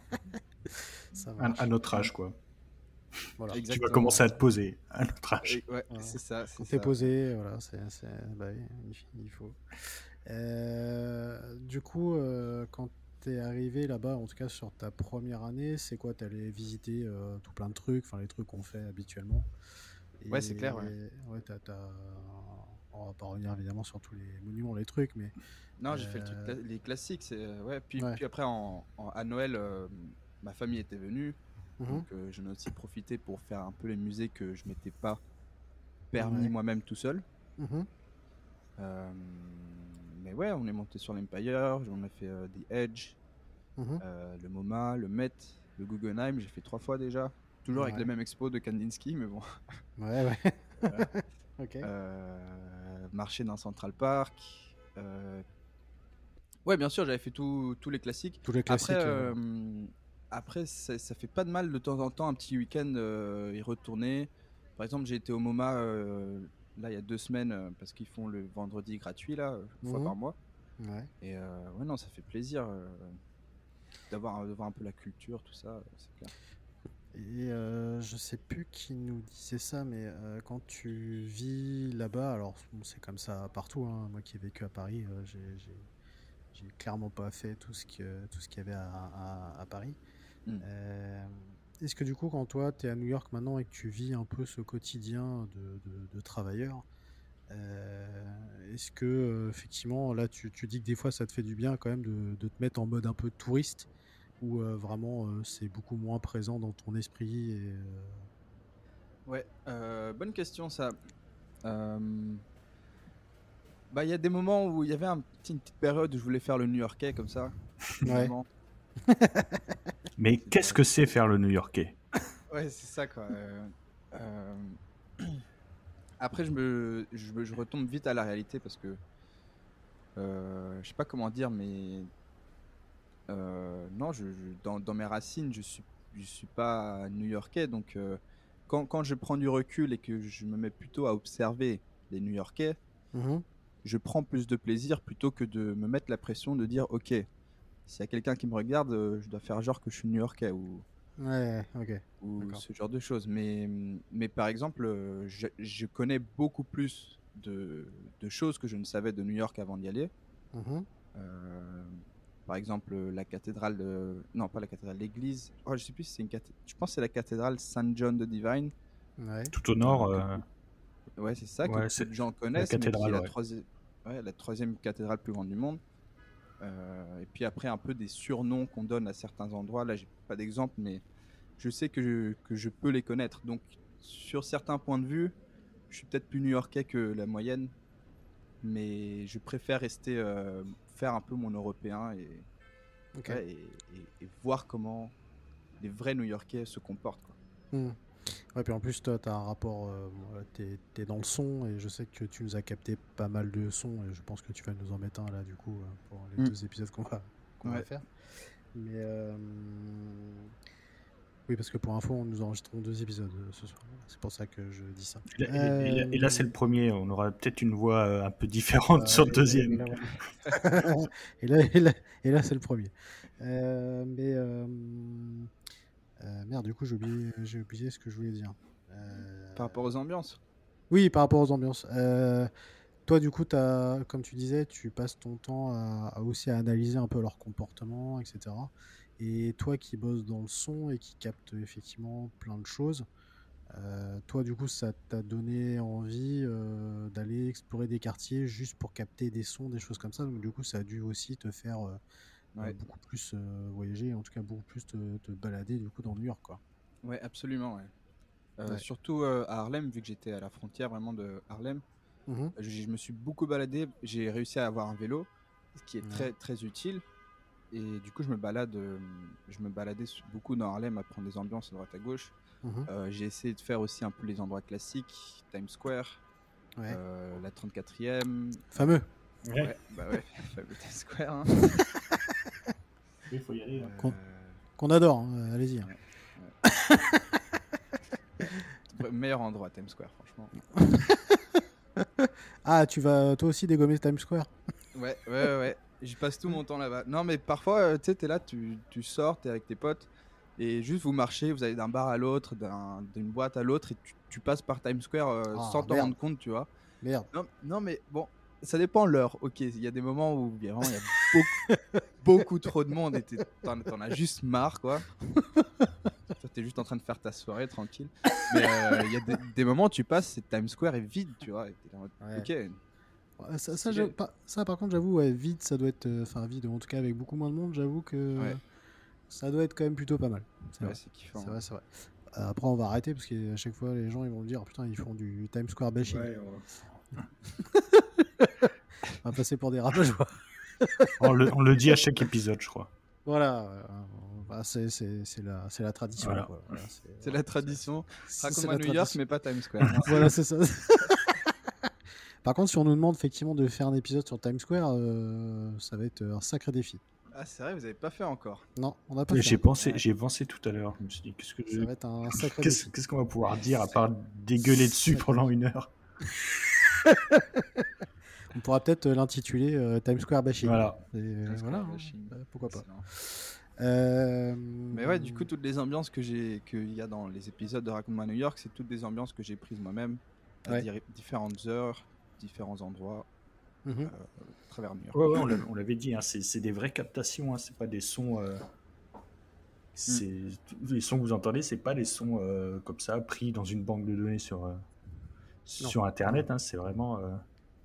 ça À, à marche. notre âge, quoi. Voilà. Tu vas commencer exactement. à te poser à notre Et- âge. ouais, Voilà. c'est ça, c'est Quand t'es ça. Ouais. posé, voilà, c'est, c'est, bah oui, il il faut. Euh, du coup, euh, quand t'es arrivé là-bas, en tout cas sur ta première année, c'est quoi? T'allais visiter euh, tout plein de trucs, enfin les trucs qu'on fait habituellement. Ouais, c'est clair. Ouais. Et ouais, t'as, t'as- on va pas revenir évidemment sur tous les monuments, les trucs, mais Non, j'ai fait le truc, euh, cla- les classiques. C'est euh, ouais. Puis, ouais. puis après, en, en- à Noël, euh, ma famille était venue, Mhm. donc euh, j'en ai aussi profité pour faire un peu les musées que je m'étais pas permis Ouais. moi-même tout seul. Mhm. Euh, mais ouais, on est monté sur l'Empire, on a fait euh, The Edge, Mhm. euh, le MoMA, le Met, le Guggenheim. J'ai fait trois fois déjà, toujours avec les Ouais. mêmes expos de Kandinsky, mais bon. Ouais, ouais. Voilà. Ok. Euh, marché dans Central Park. euh, Ouais, bien sûr, j'avais fait tout- tous les classiques. Tous les Après, classiques. euh, euh, après ça, ça fait pas de mal de temps en temps, un petit week-end, euh, y retourner. Par exemple, j'ai été au MoMA euh, là il y a deux semaines euh, parce qu'ils font le vendredi gratuit là, une fois mhm. par mois. Ouais. Et euh, ouais, non, ça fait plaisir euh, d'avoir de voir un peu la culture, tout ça, euh, c'est clair. Et euh, je sais plus qui nous disait ça, mais euh, quand tu vis là-bas, alors bon, c'est comme ça partout, hein. Moi qui ai vécu à Paris, euh, j'ai, j'ai, j'ai clairement pas fait tout ce que, tout ce qu'il y avait à, à, à Paris. Hmm. Euh, est-ce que du coup, quand toi, tu es à New York maintenant et que tu vis un peu ce quotidien de, de, de travailleur, euh, est-ce que euh, effectivement, là, tu, tu dis que des fois, ça te fait du bien quand même de, de te mettre en mode un peu touriste, ou euh, vraiment euh, c'est beaucoup moins présent dans ton esprit et, euh, Ouais, euh, bonne question ça. Euh, Bah, il y a des moments où il y avait un petit- une petite période où je voulais faire le New-Yorkais comme ça, Ouais. vraiment. Mais qu'est-ce C'était- que c'est faire le New-Yorkais? Ouais, c'est ça quoi. Euh, euh, Après, je me, je me- je retombe vite à la réalité parce que euh, je sais pas comment dire, mais euh, non, je, je- dans, dans mes racines, je suis, je suis pas new-yorkais. Donc, euh, quand, quand je prends du recul et que je me mets plutôt à observer les New-Yorkais, Mhm. je prends plus de plaisir plutôt que de me mettre la pression de dire, ok, s'il y a quelqu'un qui me regarde, euh, je dois faire genre que je suis new-yorkais ou, Ouais, ok, ou d'accord. ce genre de choses. Mais, mais par exemple, euh, je, je connais beaucoup plus de, de choses que je ne savais de New York avant d'y aller. Mhm. Euh, Par exemple, la cathédrale de... Non, pas la cathédrale, l'église. Oh, je sais plus si c'est une cathédrale. Je pense que c'est la cathédrale Saint John the Divine. Ouais. Tout au nord, euh, que euh, peu- Ouais, c'est ça, que ouais, peu c'est de gens la connaissent, mais qui est cathédrale, la, ouais. troisi- ouais, la troisième cathédrale plus grande du monde. Euh, et puis après, un peu des surnoms qu'on donne à certains endroits. Là, j'ai pas d'exemple, mais je sais que je, que je peux les connaître. Donc, sur certains points de vue, je suis peut-être plus new-yorkais que la moyenne, mais je préfère rester, euh, faire un peu mon européen et, Ok. ouais, et, et- et voir comment les vrais New-Yorkais se comportent, quoi. Hmm. Ouais, puis en plus, toi, t'as un rapport, euh, bon, là, t'es, t'es dans le son, et je sais que tu nous as capté pas mal de sons, et je pense que tu vas nous en mettre un là, du coup, euh, pour les Mm. deux épisodes qu'on va, qu'on va Ouais. faire. Mais euh, Oui, parce que pour info, nous enregistrons deux épisodes euh, ce soir. C'est pour ça que je dis ça. Et là, et- et là- et là, c'est Euh, le premier. On aura peut-être une voix euh, un peu différente euh, sur le et, là, et deuxième. là, voilà. et là, et là, et là, c'est le premier. Euh, mais euh, euh, merde, du coup, j'ai oublié, j'ai oublié ce que je voulais dire. Euh, Par rapport aux ambiances. Oui, par rapport aux ambiances. Euh, toi, du coup, t'as, comme tu disais, tu passes ton temps à, à aussi à analyser un peu leur comportement, et cetera. Et toi qui bosses dans le son et qui capte effectivement plein de choses, euh, toi, du coup, ça t'a donné envie euh, d'aller explorer des quartiers juste pour capter des sons, des choses comme ça. Donc, du coup, ça a dû aussi te faire euh, euh, Ouais, beaucoup plus euh, voyager, en tout cas beaucoup plus te, te balader du coup dans New York, quoi. ouais, absolument. Ouais. Euh, Ouais. surtout euh, à Harlem, vu que j'étais à la frontière vraiment de Harlem, Mhm. je, je me suis beaucoup baladé. J'ai réussi à avoir un vélo, ce qui est Ouais. très très utile. Et du coup, je me balade, euh, je me baladais su- beaucoup dans Harlem à prendre des ambiances à droite à gauche. Mhm. Euh, j'ai essayé de faire aussi un peu les endroits classiques, Times Square, Ouais. euh, la trente-quatrième. Fameux. Ouais, bah ouais, fameux Times Square. Hein. Il faut y aller. hein. Qu'on Euh, qu'on adore, hein, allez-y. hein. ouais, meilleur endroit, Times Square, franchement. Ah, tu vas toi aussi dégommer Times Square? Ouais, ouais, ouais, ouais. J'y passe tout mon temps là-bas. Non, mais parfois, euh, tu sais, t'es là, tu, tu sors, t'es avec tes potes, et juste vous marchez, vous allez d'un bar à l'autre, d'un- d'une boîte à l'autre, et tu, tu passes par Times Square euh, Ah, sans t'en merde, rendre compte, tu vois. merde. Non, non, mais bon, ça dépend l'heure. Ok, il y a des moments où vraiment il y a beaucoup, beaucoup trop de monde et t'es- t'en t'en as juste marre, quoi. Toi, t'es juste en train de faire ta soirée tranquille. Mais euh, il y a des, des moments où tu passes, c'est Times Square est vide, tu vois. Et t'es là en mode, Ouais. ok, Ouais, ça, ça, stylé. j'avoue pas- ça, par contre, j'avoue, ouais, vide, ça doit être. euh, Enfin, vide, en tout cas, avec beaucoup moins de monde, j'avoue que Ouais, ça doit être quand même plutôt pas mal. C'est ouais, vrai. c'est kiffant. C'est vrai, c'est vrai. Euh, Après, on va arrêter parce qu'à chaque fois, les gens ils vont me dire oh, putain, ils font du Times Square bashing. Ouais, on... On va passer pour des rabat-joie. on le, on le dit à chaque épisode, je crois. Voilà, euh, bah, c'est c'est- c'est la, c'est la tradition. Voilà. Quoi. Voilà, c'est C'est voilà, la tradition. c'est- c'est Raconte-moi la New York, tradition. mais pas Times Square. Merci. Voilà, c'est ça. Par contre, si on nous demande effectivement de faire un épisode sur Times Square, euh, ça va être un sacré défi. Ah, c'est vrai, vous avez pas fait encore. Non, on n'a pas Et fait. J'ai encore. pensé, Ouais. j'ai pensé tout à l'heure. Je me suis dit, qu'est-ce que Ça va être un sacré qu'est-ce, défi. qu'est-ce qu'on va pouvoir dire à part dégueuler dessus Sacré pendant une heure? On pourra peut-être l'intituler euh, Times Square bashing. Voilà. Et, euh, Times voilà, Square hein, bashing. euh, pourquoi pas. Excellent. Euh, Mais ouais, du coup, toutes les ambiances que j'ai, qu'il y a dans les épisodes de Raconte-moi New York, c'est toutes des ambiances que j'ai prises moi-même à Ouais. dir- différentes heures, différents endroits, mhm. euh, à travers New York. Ouais, ouais, on, l'avait, on l'avait dit, hein, c'est, c'est des vraies captations, hein, c'est pas des sons. Euh, c'est, Les sons que vous entendez, c'est pas des sons euh, comme ça pris dans une banque de données sur, euh, sur Internet, hein, c'est vraiment. Euh,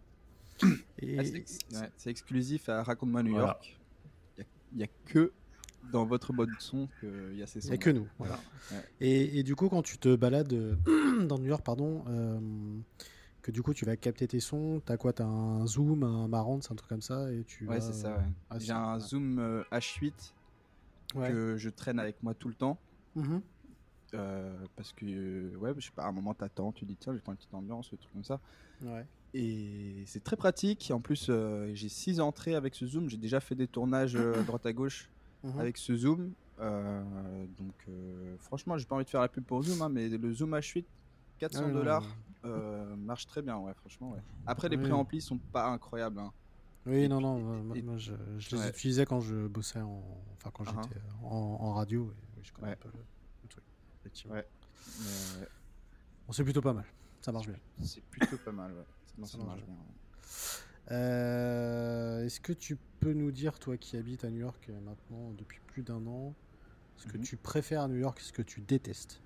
Et- Ah, c'est, ex- ouais, c'est exclusif à Raconte-moi New Voilà. York. Il n'y a, que dans votre mode son qu'il y a ces Il sons. n'y a que nous. Voilà. Ouais. Et, et du coup, quand tu te balades euh, dans New York, pardon, euh, que du coup tu vas capter tes sons, t'as quoi? T'as un zoom, un Marantz, un truc comme ça, et tu Ouais, vas, c'est ça. euh, Ouais. ah, J'ai c'est- un ouais. zoom euh, H huit Ouais. que je traîne avec moi tout le temps. Mhm. euh, parce que, euh, ouais, je sais pas, à un moment t'attends, tu dis tiens, je vais prendre une petite ambiance, un truc comme ça. Ouais. Et c'est très pratique. En plus, euh, j'ai six entrées avec ce zoom. J'ai déjà fait des tournages euh, à droite à gauche Mhm. avec ce zoom. Euh, donc, euh, franchement, j'ai pas envie de faire la pub pour Zoom, hein, mais le zoom H huit, quatre cents Ah oui, non, dollars, non. euh, marche très bien, ouais, franchement. Ouais. Après, les Oui. préamplis sont pas incroyables. Hein. Oui, Et non, puis- non, moi, moi- et- moi, je, je les ouais. utilisais quand je bossais en, enfin quand Ah, j'étais en, en radio, et oui, je connais Ouais. un peu le, le truc. Effectivement. Ouais. Mais, ouais, Bon, c'est plutôt pas mal, ça marche bien. c'est plutôt pas mal. Ouais. Non, Ça ça marche marche bien. ouais. Euh, Est-ce que tu peux nous dire, toi qui habites à New York euh, maintenant depuis plus d'un an, ce que Mhm. tu préfères à New York et ce que tu détestes?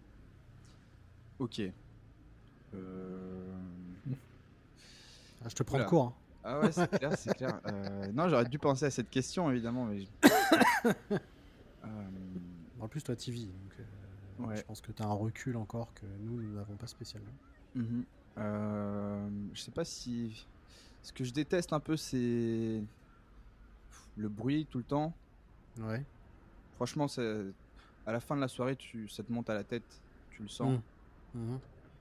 Ok. Euh... Ah, je te prends Oula. de court. hein. Ah ouais, c'est clair, c'est clair. Euh, non, j'aurais dû penser à cette question, évidemment, mais... Euh, En plus, toi, T V, donc euh, Ouais. je pense que tu as un recul encore que nous, nous n'avons pas spécialement. mhm. Euh, je sais pas si... Ce que je déteste un peu, c'est le bruit tout le temps. Ouais. Franchement, c'est... à la fin de la soirée, tu... ça te monte à la tête, tu le sens. Mhm. Mhm.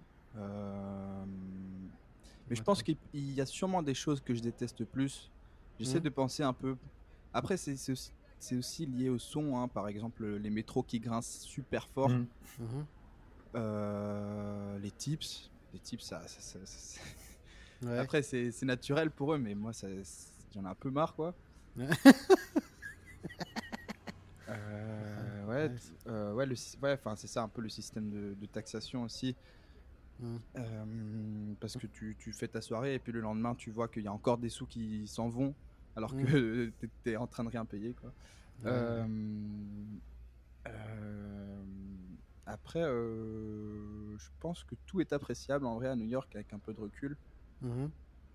Euh, Mais je D'accord. pense qu'il il y a sûrement des choses que je déteste plus. J'essaie Mhm. de penser un peu. Après, c'est c'est aussi... c'est aussi lié au son, hein. Par exemple, les métros qui grincent super fort, Mm. Mhm. euh, les tips, les tips, ça, ça- ça- ça- Ouais. Après, c'est c'est naturel pour eux, mais moi, ça, c'est- j'en ai un peu marre, quoi. Ouais. Euh, Ouais, ouais, c'est- euh, ouais, le sy- ouais, enfin, c'est ça un peu le système de, de taxation aussi. Mm. Euh, parce que tu, tu fais ta soirée et puis le lendemain, tu vois qu'il y a encore des sous qui s'en vont alors Mm. que tu es en train de rien payer, quoi. Ouais. Euh, euh, après, euh, je pense que tout est appréciable en vrai à New York avec un peu de recul. Mhm.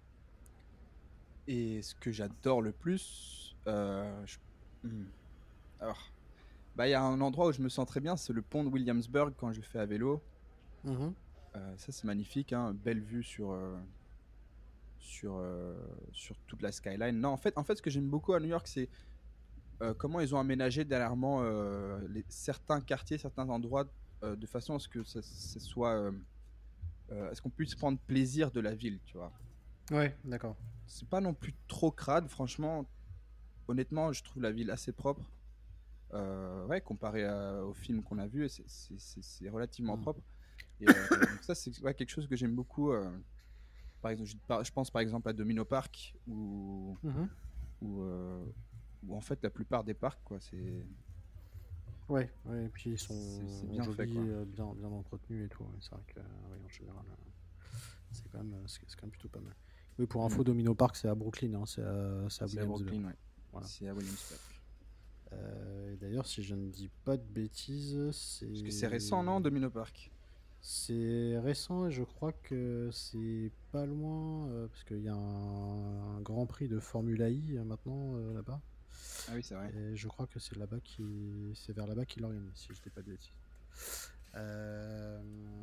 Et ce que j'adore le plus, euh, je- hmm. alors, bah, il y a un endroit où je me sens très bien, c'est le pont de Williamsburg quand je fais à vélo. Mhm. Euh, ça, c'est magnifique, hein, belle vue sur, euh, sur, euh, sur toute la skyline. Non, en fait, en fait, ce que j'aime beaucoup à New York, c'est euh, comment ils ont aménagé dernièrement euh, les, certains quartiers, certains endroits, euh, de façon à ce que ça, ça soit, euh, euh, à ce qu'on puisse prendre plaisir de la ville, tu vois. Ouais, d'accord. C'est pas non plus trop crade, franchement. Honnêtement, je trouve la ville assez propre. Euh, ouais, comparé à- au film qu'on a vu, c'est- c'est c'est- c'est relativement Mm. propre. Et euh, donc ça, c'est ouais, quelque chose que j'aime beaucoup. euh, par exemple, je, par- je pense par exemple à Domino Park, où, Mhm. où, euh, où en fait la plupart des parcs, quoi, c'est Ouais, ouais, et puis ils sont c'est c'est bien jolis, fait, quoi. euh, bien, bien entretenus et tout. Ouais, c'est vrai que, euh, ouais, en général, euh, c'est quand même, euh, c'est c'est quand même plutôt pas mal. Oui, pour info, Mm. Domino Park, c'est à Brooklyn, hein, c'est à, c'est à C'est à Williamsburg. Brooklyn, ouais. Voilà. C'est à Williamsburg. Euh, et d'ailleurs, si je ne dis pas de bêtises, c'est. Parce que c'est récent, non, Domino Park? C'est récent et je crois que c'est pas loin, euh, parce qu'il y a un, un Grand Prix de Formule I euh, maintenant euh, là-bas. Ah oui, c'est vrai. Et je crois que c'est là-bas qui, c'est vers là-bas qu'il l'organise, si je dis pas de bêtises. Euh,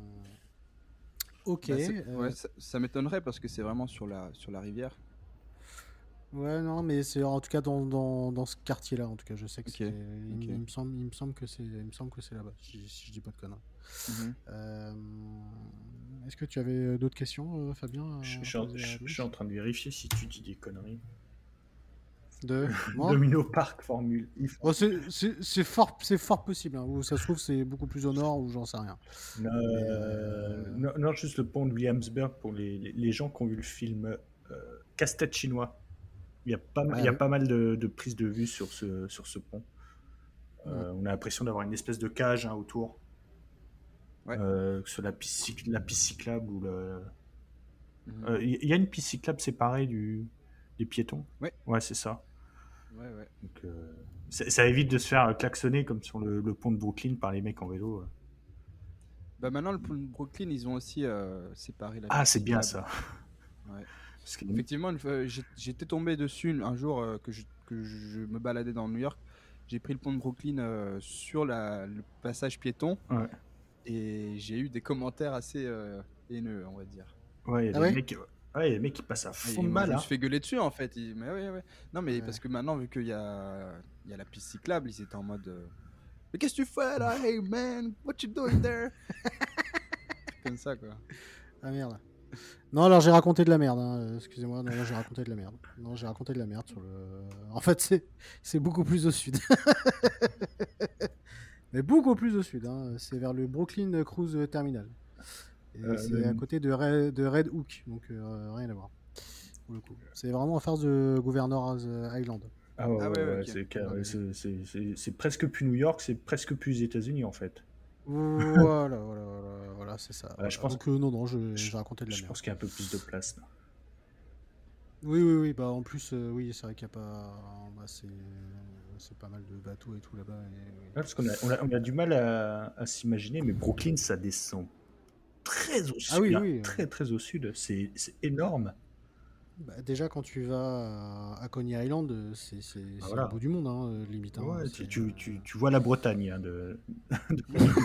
Ok. Bah, c'est- euh, ouais, ça, ça m'étonnerait parce que c'est vraiment sur la, sur la rivière. Ouais, non, mais c'est en tout cas dans, dans, dans ce quartier-là. En tout cas, je sais que Ok, c'est. Il, ok. il me semble, il me semble que c'est, il me semble que c'est là-bas. Si, si je dis pas de conneries. Mhm. Euh, Est-ce que tu avais d'autres questions, euh, Fabien, Je, à je suis en, poser à je- je Louis suis en train de vérifier si tu dis des conneries. De moi? Domino Park Formule I. Oh, c'est, c'est, c'est fort, c'est fort possible. Hein. Ou ça se trouve, c'est beaucoup plus au nord, ou j'en sais rien. Non, Mais, euh, euh, non, non, juste le pont de Williamsburg pour les, les, les gens qui ont vu le film euh, Casse-tête chinois. Il y a pas, mal- Ah il y a oui. pas mal de, de prises de vue sur ce, sur ce pont. Euh, Mm. On a l'impression d'avoir une espèce de cage hein, autour. Ouais. Euh, sur la piste, cyc- la piste cyclable ou le. Mhm. Euh, Il y a une piste cyclable séparée du, des piétons. Ouais. Ouais, c'est ça. Ouais, ouais. Donc, euh, ça, ça évite de se faire klaxonner comme sur le, le pont de Brooklyn par les mecs en vélo. euh. Bah maintenant, le pont de Brooklyn, ils ont aussi euh, séparé la Ah, piste c'est bien cyclable. ça. Ouais. Parce que- Effectivement, une fois, j'ai- j'étais tombé dessus un jour euh, que, je, que je me baladais dans New York. J'ai pris le pont de Brooklyn euh, sur la, le passage piéton Ouais. et j'ai eu des commentaires assez euh, haineux, on va dire. Ouais, il y a Ah des ouais mecs, ouais, il y a des mecs qui passent à Et fond de moi, mal. je me Hein. suis fait gueuler dessus en fait. Ils- mais ouais, ouais. Non, mais Ouais. parce que maintenant, vu qu'il y a, il y a la piste cyclable, ils étaient en mode euh, mais qu'est-ce que tu fais là? Hey man, what you doing there? Comme ça, quoi. Ah merde. Non, alors j'ai raconté de la merde. Hein. euh, Excusez-moi, non, là, j'ai raconté de la merde. Non, j'ai raconté de la merde sur le. En fait, c'est c'est beaucoup plus au sud. Mais beaucoup plus au sud. Hein. C'est vers le Brooklyn Cruise Terminal. Et Euh, c'est le- à côté de Red, de Red Hook, donc euh, rien à voir. Pour le coup, c'est vraiment en face de Governor's Island. Ah ouais, Ah ouais, ouais, ouais, ok. c'est car- Ouais. c'est- c'est- c'est- c'est presque plus New York, c'est presque plus États-Unis en fait. Voilà, voilà, voilà, voilà, c'est ça. Voilà. je pense Donc euh, non, non, je- Je, j'ai raconté de la je merde. pense qu'il y a un peu plus de place. Là. Oui, oui, oui. Bah en plus, euh, oui, c'est vrai qu'il n'y a pas. Bah, c'est c'est pas mal de bateaux et tout là-bas. et- oui. Ouais, parce qu'on a, on a, on a du mal à, à s'imaginer, mais Brooklyn, ça descend très au sud. Ah oui, hein, oui. Très, très au sud. C'est c'est énorme. Bah, déjà, quand tu vas à, à Coney Island, euh, c'est c'est- Ah, c'est voilà. le bout du monde, hein, euh, limite. hein, Ouais, c'est, tu, tu, euh, tu, tu vois la Bretagne. Hein, de... de...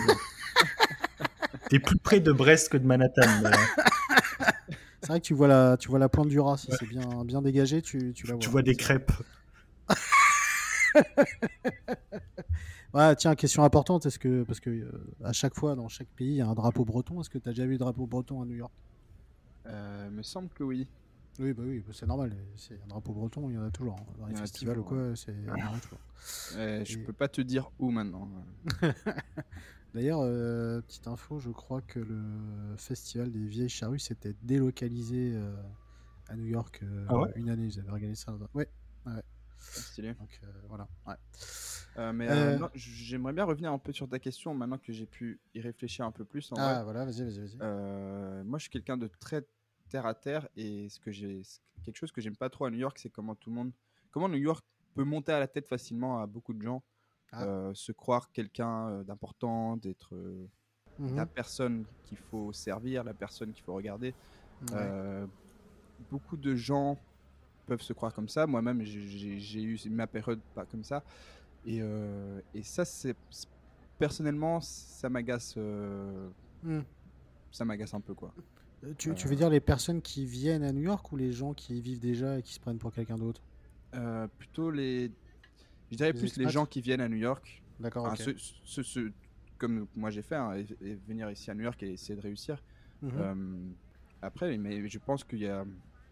T'es plus près de Brest que de Manhattan. Mais... C'est vrai que tu vois la, tu vois la pointe du raz, si c'est bien, bien dégagé, tu, tu la vois. Tu vois des crêpes. Ouais, tiens, question importante, est-ce que, parce que euh, à chaque fois, dans chaque pays, il y a un drapeau breton. Est-ce que tu as déjà vu le drapeau breton à New York? Euh, me semble que oui. Oui, bah oui, bah c'est normal. C'est un drapeau breton, il y en a toujours. hein. Dans les Il y en a festivals ou toujours, ouais. quoi, c'est il y en a toujours. Euh, je Et peux pas te dire où maintenant. d'ailleurs, euh, petite info, je crois que le festival des Vieilles Charrues s'était délocalisé euh, à New York euh, Ah ouais? une année. Ils avaient organisé ça. dans un- Ouais, ouais. ouais. Ah, stylé. Donc euh, voilà. Ouais. Euh, mais euh, Euh, non, j'aimerais bien revenir un peu sur ta question maintenant que j'ai pu y réfléchir un peu plus en vrai. Ah voilà, vas-y, vas-y, vas-y. Euh, moi, je suis quelqu'un de très terre à terre et ce que j'ai, ce- quelque chose que j'aime pas trop à New York, c'est comment tout le monde, comment New York peut monter à la tête facilement à beaucoup de gens, Ah. euh, se croire quelqu'un euh, d'important, d'être euh, la Mhm. personne qu'il faut servir, la personne qu'il faut regarder. Ouais. Euh, beaucoup de gens peuvent se croire comme ça. Moi-même, j'ai- j'ai j'ai eu ma période pas comme ça. Et, euh, et ça, c'est personnellement, ça m'agace, euh, Hmm. ça m'agace un peu quoi. Euh, Tu, tu veux Euh, dire les personnes qui viennent à New York ou les gens qui y vivent déjà et qui se prennent pour quelqu'un d'autre? euh, plutôt les, je dirais Les plus les expats? gens qui viennent à New York, D'accord, enfin ok. ceux, ceux- ceux- comme moi j'ai fait, hein, et, et venir ici à New York et essayer de réussir. Mhm. Euh, après, mais je pense qu'il y a,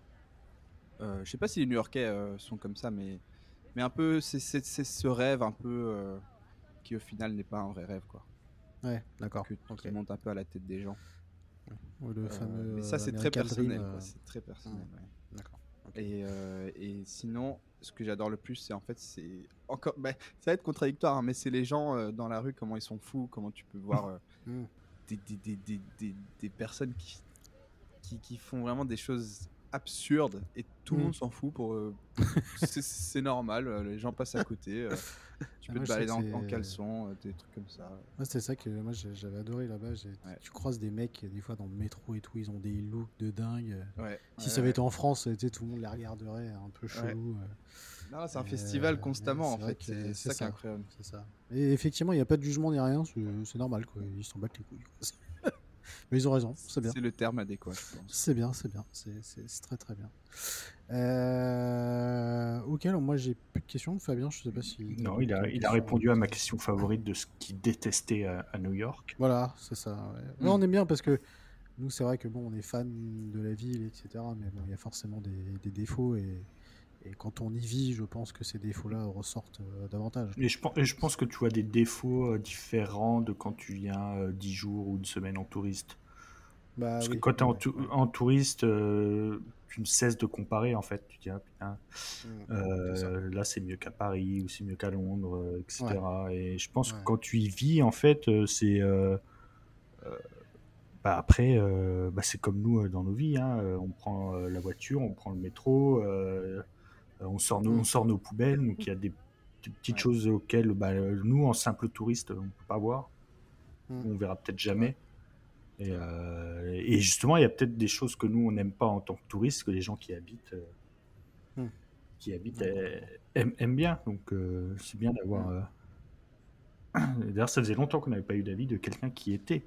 euh, je sais pas si les New-Yorkais euh, sont comme ça, mais mais un peu, c'est c'est- c'est ce rêve un peu euh, qui au final n'est pas un vrai rêve quoi, Ouais, d'accord, que, ok. qui monte un peu à la tête des gens. Ou le Euh, fameux mais ça euh, c'est très American Dream. personnel quoi, euh, c'est très hmm. personnel. Ouais. D'accord, ok. Et, euh, et sinon, ce que j'adore le plus, c'est en fait, c'est encore, bah, ça va être contradictoire, hein, mais c'est les gens euh, dans la rue, comment ils sont fous, comment tu peux voir euh, Hmm. des, des, des, des, des, des personnes qui, qui, qui font vraiment des choses absurdes et tout le Hmm. monde s'en fout pour eux. C'est c'est normal, euh, les gens passent à côté. euh, tu Ah, peux moi, te je sais balader que en, c'est. en caleçon, euh, des trucs comme ça. Moi, c'est ça que moi j'ai- j'avais adoré là-bas. j'ai- Ouais, Tu croises des mecs, des fois dans le métro et tout, ils ont des looks de dingue. ouais, Si ouais, ça avait ouais. été en France, tu sais, tout le monde les regarderait un peu Ouais. chelou. euh. Non, c'est un festival Euh, mais constamment en c'est vrai fait, que c'est c'est ça qui est ça. incroyable. C'est ça. Et effectivement, il n'y a pas de jugement ni rien, c'est c'est normal, quoi. Ils s'en battent les couilles, quoi. Mais ils ont raison, c'est bien. C'est le terme adéquat, je pense. C'est bien, c'est bien. C'est c'est- c'est très très bien. Euh... Ok, alors moi j'ai plus de questions. Fabien, je sais pas si tu as Non, il d'autres a, il a questions. répondu à ma question favorite de ce qu'il détestait à, à New York. Voilà, c'est ça. Ouais. Ouais, Hmm. on aime bien parce que nous, c'est vrai que bon, on est fan de la ville, et cetera. Mais bon, il y a forcément des, des défauts et, et quand on y vit, je pense que ces défauts-là ressortent euh, davantage. Et je, pense, et je pense que tu as des défauts euh, différents de quand tu viens euh, dix jours ou une semaine en touriste. Bah Parce que oui, quand tu es ouais, en, ouais, tou- ouais. en touriste, euh, tu ne cesses de comparer en fait. Tu dis, ah, putain, Mm, c'est ça. euh, là c'est mieux qu'à Paris ou c'est mieux qu'à Londres, euh, Ouais, et cetera. Et je pense que ouais. quand tu y vis, en fait, euh, c'est. euh, euh, bah après, euh, bah c'est comme nous euh, dans nos vies. Hein. Euh, On prend euh, la voiture, on prend le métro, euh, on, sort nos, Mm, on sort nos poubelles. Donc il y a des, des petites Ouais. choses auxquelles bah, nous, en simple touriste, on ne peut pas voir. mm. On verra peut-être C'est vrai, jamais. Et, c'est vrai. euh, et justement, il y a peut-être des choses que nous, on n'aime pas en tant que touristes, que les gens qui habitent, euh, Mm. qui habitent Ouais, euh, complètement. aiment, aiment bien. Donc, euh, c'est bien d'avoir. Hmm. euh, D'ailleurs, ça faisait longtemps qu'on n'avait pas eu d'avis de quelqu'un qui était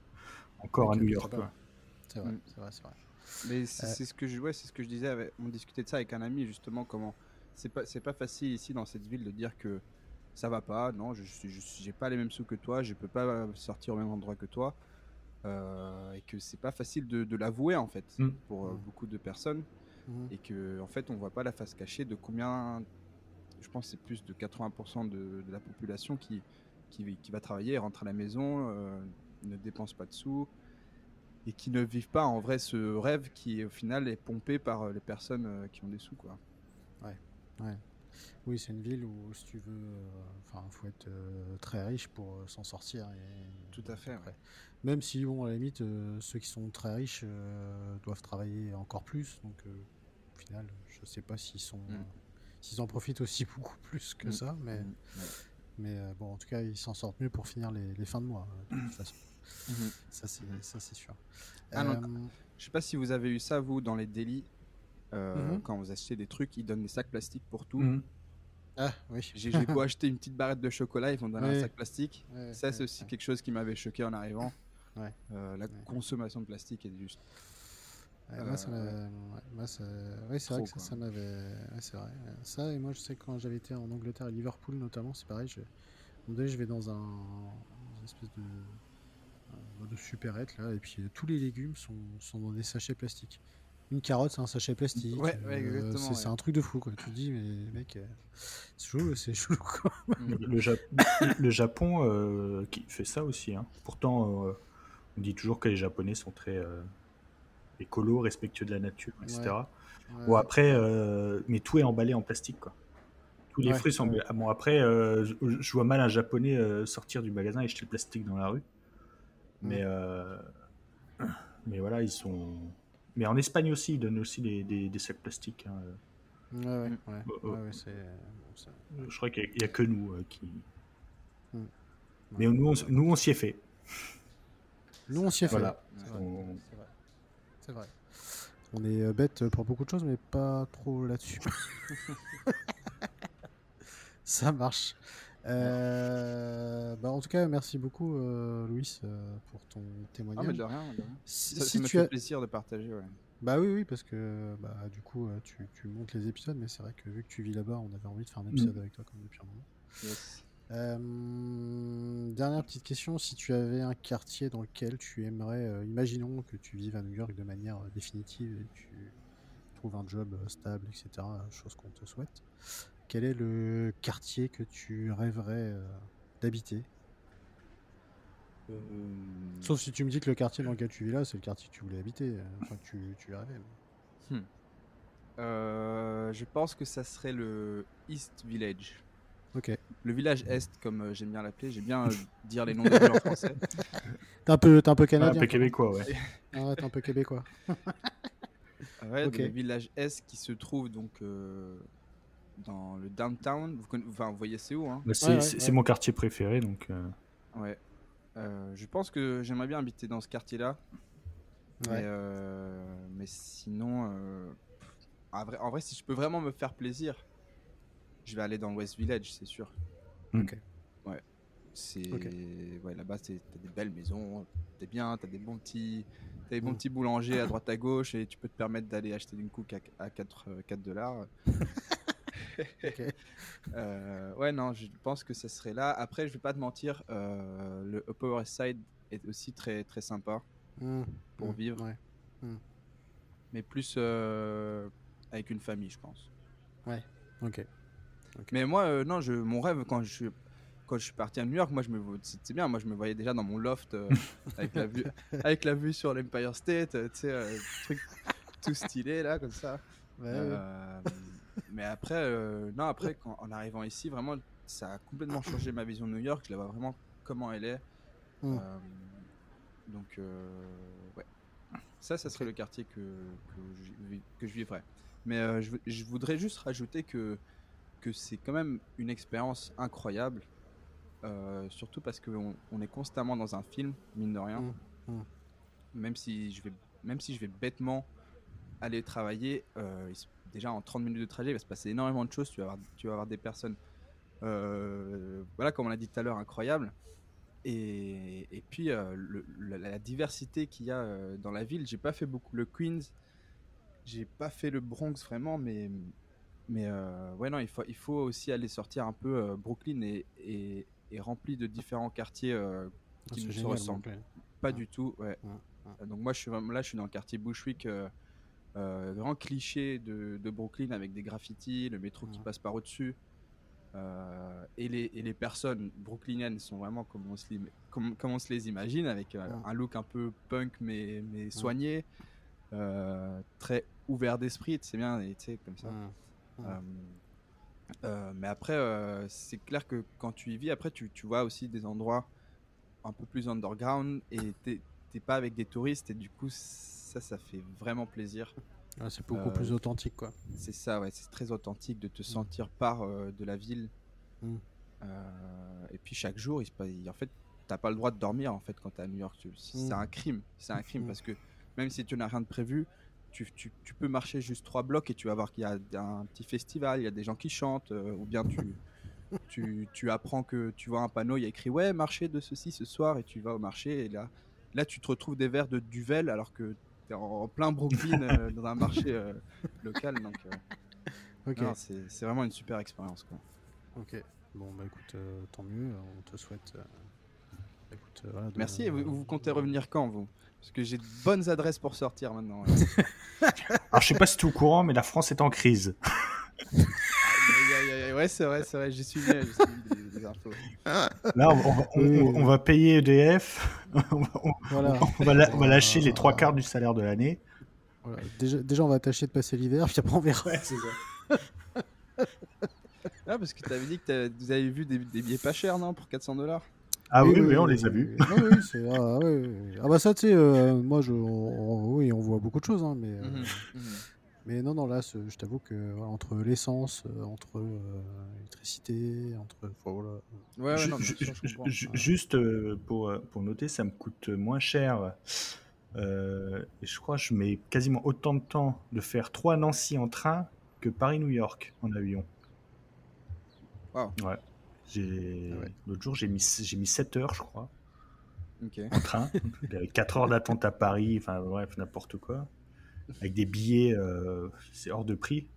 Ouais, encore à qui New habite York. là-bas. Quoi. Ouais. C'est vrai, Hmm. c'est vrai, c'est vrai. Mais c'est Euh, c'est ce que je, ouais, c'est ce que je disais. Avec, on discutait de ça avec un ami justement. Comment c'est pas, c'est pas facile ici dans cette ville de dire que ça va pas. Non, je suis, je suis- j'ai pas les mêmes sous que toi. Je peux pas sortir au même endroit que toi. Euh, et que c'est pas facile de, de l'avouer en fait Mm. pour euh, mm, beaucoup de personnes. mm, Et que en fait on voit pas la face cachée de combien. Je pense que c'est plus de quatre-vingts pour cent de, de la population qui, qui, qui va travailler, rentre à la maison, euh, ne dépense pas de sous et qui ne vivent pas en vrai ce rêve qui au final est pompé par euh, les personnes euh, qui ont des sous quoi. ouais, ouais. Oui, c'est une ville où, si tu veux, euh, enfin, faut être euh, très riche pour euh, s'en sortir. Tout Et, à donc fait, ouais. après, même si, bon, à la limite, euh, ceux qui sont très riches euh, doivent travailler encore plus. Donc, euh, au final, je sais pas s'ils sont, Mm, euh, s'ils en profitent aussi beaucoup plus que mm, ça, mais, mm, ouais. mais euh, bon, en tout cas, ils s'en sortent mieux pour finir les, les fins de mois, euh, de toute façon. Mhm, Ça, c'est, mhm. ça, c'est sûr. Ah non, Euh, je sais pas si vous avez eu ça vous dans les délits euh, mhm. quand vous achetez des trucs, ils donnent des sacs plastiques pour tout. Mm. Ah, oui. J'ai j'ai beau acheter une petite barrette de chocolat, ils vont donner un Oui, sac plastique. ouais, Ça, c'est ouais, aussi quelque chose qui m'avait choqué en arrivant. ouais. Euh, la Ouais. consommation de plastique est juste Ouais, moi, ça euh, m'avait- ouais, moi, ça- ouais, c'est vrai trop que ça, quoi. ça m'avait. Ouais, c'est vrai. Euh, Ça, et moi, je sais que quand j'avais été en Angleterre, à Liverpool notamment, c'est pareil. Je... À un moment donné, je vais dans un une espèce de, un- de supérette, là, et puis euh, tous les légumes sont, sont dans des sachets plastiques. Une carotte, c'est un sachet plastique. Ouais, ouais, euh, exactement, c'est ouais. c'est un truc de fou, quoi. Tu te dis, mais mec, euh, c'est chaud, c'est chaud, quoi. Le, le Ja- le Japon euh, qui fait ça aussi. Hein. Pourtant, euh, on dit toujours que les Japonais sont très euh, écolos, respectueux de la nature, Ouais, et cetera. ouais, Bon, ouais. après, euh, mais tout est emballé en plastique, quoi. Tous les Ouais, fruits sont. ouais. Ah bon, après, euh, je, je vois mal un Japonais euh, sortir du magasin et jeter le plastique dans la rue. Mm. Mais, euh, mais voilà, ils sont. Mais en Espagne aussi, ils donnent aussi des, des, des sacs plastiques. Hein. Ouais, ouais, Mm. ouais. Euh, Ouais, euh, ouais, c'est. Bon, ça- Je crois qu'il n'y a, a que nous euh, qui. Mm. Mais Ouais. nous, on, nous, on s'y est fait. Nous, on s'y est fait. Voilà. C'est vrai. On- C'est vrai. C'est vrai. On est euh, bête pour beaucoup de choses, mais pas trop là-dessus. Ça marche. Euh, bah, en tout cas, merci beaucoup, euh, Louis, euh, pour ton Ah, mais témoignage. de rien, de rien. Si, Ça, si ça me tu fait as... plaisir de partager, ouais. Bah oui, oui, parce que bah, du coup, euh, tu, tu montes les épisodes, mais c'est vrai que vu que tu vis là-bas, on avait envie de faire un épisode Mm. avec toi comme depuis un moment. Yes. Euh, dernière petite question, si tu avais un quartier dans lequel tu aimerais, euh, imaginons que tu vives à New York de manière euh, définitive et tu trouves un job euh, stable, et cetera, chose qu'on te souhaite, quel est le quartier que tu rêverais euh, d'habiter? Euh, Sauf si tu me dis que le quartier dans lequel tu vis là, c'est le quartier que tu voulais habiter, euh, enfin que tu, tu y rêvais. mais- hmm. Euh, je pense que ça serait le East Village. Ok. Le village Est, comme euh, j'aime bien l'appeler. J'aime bien euh, dire les noms des villes en français. T'es un peu, t'es un peu Ouais, un canadien, peu toi, non? québécois, ouais. Ah ouais, t'es un peu québécois. Ouais, Ok. le village Est qui se trouve donc euh, dans le downtown. Vous, conna- enfin, vous voyez c'est où, hein? Bah, Ouais, c'est ouais, c'est- c'est ouais. mon quartier préféré, donc. euh, Ouais. Euh, je pense que j'aimerais bien habiter dans ce quartier-là. Mais, Ouais. euh, mais sinon, euh, en vrai, en vrai, si je peux vraiment me faire plaisir, je vais aller dans le West Village, c'est sûr. Mm. Ok. Ouais. C'est Ok. ouais, là-bas, c'est- t'as des belles maisons, t'es bien, t'as des bons petits, t'as des bons Mm. petits boulangers à droite à gauche et tu peux te permettre d'aller acheter une cook à, à quatre dollars. Ok. Euh, ouais, non, je pense que ça serait là. Après, je vais pas te mentir, euh, le Upper West Side est aussi très très sympa Mm. pour Mm. vivre, Ouais. Mm. mais plus euh, avec une famille, je pense. Ouais. Ok. Ok. Mais moi, euh, non, je, mon rêve quand je suis quand je suis parti à New York, moi je me c'est c'est bien, moi je me voyais déjà dans mon loft euh, avec la vue avec la vue sur l'Empire State, euh, tu sais, euh, truc tout stylé là comme ça. Ouais, ouais. Euh, mais après, euh, non, après quand, en arrivant ici, vraiment, ça a complètement changé ma vision de New York. Je la vois vraiment comment elle est. Mm. Euh, donc, euh, ouais, ça, ça serait Ok. le quartier que que je, vi- que je vivrais. Mais euh, je, je voudrais juste rajouter que que c'est quand même une expérience incroyable. Euh, surtout parce qu'on on est constamment dans un film, mine de rien. Mm. Mm. Même si je vais, même si je vais bêtement aller travailler, euh, il se- déjà en trente minutes de trajet, il va se passer énormément de choses. Tu vas avoir, tu vas avoir des personnes, euh, voilà, comme on l'a dit tout à l'heure, incroyables. Et, et puis euh, le- la, la diversité qu'il y a euh, dans la ville. J'ai pas fait beaucoup le Queens, j'ai pas fait le Bronx vraiment, mais mais euh, ouais non, il faut il faut aussi aller sortir un peu. euh, Brooklyn est, est, est rempli de différents quartiers euh, Ah, qui c'est ne se génial, ressemblent Brooklyn. pas Mm. du tout. Ouais. Mm. Mm. Euh, Donc moi je suis vraiment là, je suis dans le quartier Bushwick, euh, euh, grand cliché de, de Brooklyn avec des graffitis, le métro qui Mm. passe par au-dessus. Euh, et, les, et les personnes brooklyniennes sont vraiment comme on se, les, comme, comme on se les imagine, avec euh, Mm. un look un peu punk mais, mais Mm. soigné, euh, très ouvert d'esprit, c'est bien, et tu sais, comme ça. Mm. Mm. Euh, euh, mais après, euh, c'est clair que quand tu y vis, après, tu, tu vois aussi des endroits un peu plus underground et t'es t'es pas avec des touristes, et du coup, ça, ça fait vraiment plaisir. Ah, c'est beaucoup Euh, plus authentique, quoi. c'est ça, ouais, c'est très authentique de te Mm. sentir part euh, de la ville. Mm. Euh, et puis chaque jour, il se passe, il- en fait, t'as pas le droit de dormir en fait quand t'es à New York. Tu- C'est Mm. un crime, c'est un crime Mm. parce que même si tu n'as rien de prévu, tu, tu, tu peux marcher juste trois blocs et tu vas voir qu'il y a un petit festival, il y a des gens qui chantent, euh, ou bien tu, tu, tu apprends que tu vois un panneau, il y a écrit ouais, marché de ceci ce soir, et tu vas au marché, et là, là tu te retrouves des verres de Duvel alors que tu es en, en plein Brooklyn, euh, dans un marché euh, local. Donc, euh, Ok. non, c'est c'est vraiment une super expérience, quoi. Ok. Bon, bah écoute, euh, tant mieux. On te souhaite. euh, Écoute, euh, voilà, de- Merci. Et vous, vous comptez revenir quand, vous? Parce que j'ai de bonnes adresses pour sortir maintenant. Alors, je sais pas si tu es au courant, mais la France est en crise. Aïe, aïe, aïe, aïe. Ouais, c'est vrai, c'est vrai. J'ai suivi, j'ai suivi des, des infos. Là, on, on va, on, Oui, on- oui. on va payer E D F. on, va, on- Voilà. on va la- on va lâcher les Euh, trois quarts du salaire de l'année. voilà. Déjà, déjà, on va tâcher de passer l'hiver, puis après on verra. Ouais, c'est ça. Ah, parce que tu avais dit que t'avais- vous avez vu des, des billets pas chers, non, pour quatre cents dollars. Ah oui, oui, on les a vus. Oui, oui, c'est ah, ouais, ouais, ouais. Ah bah ça, tu sais, euh, moi, je, on- on- oui, on voit beaucoup de choses, hein, mais, euh, Mhm, mhm. mais non, non, là, ce- je t'avoue que voilà, entre l'essence, euh, entre euh, l'électricité, entre, enfin, voilà. Ouais, ouais, Ju- non, bien ju- sûr, je ju- comprends. ju- Voilà. Juste euh, pour, euh, pour noter, ça me coûte moins cher. Euh, et je crois que je mets quasiment autant de temps de faire trois Nancy en train que Paris-New York en avion. Wow. Ouais. J'ai... Ah ouais. L'autre jour, j'ai mis, j'ai mis sept heures, je crois, Ok. en train. Il y avait quatre heures d'attente à Paris, enfin bref, n'importe quoi. Avec des billets, euh, c'est hors de prix.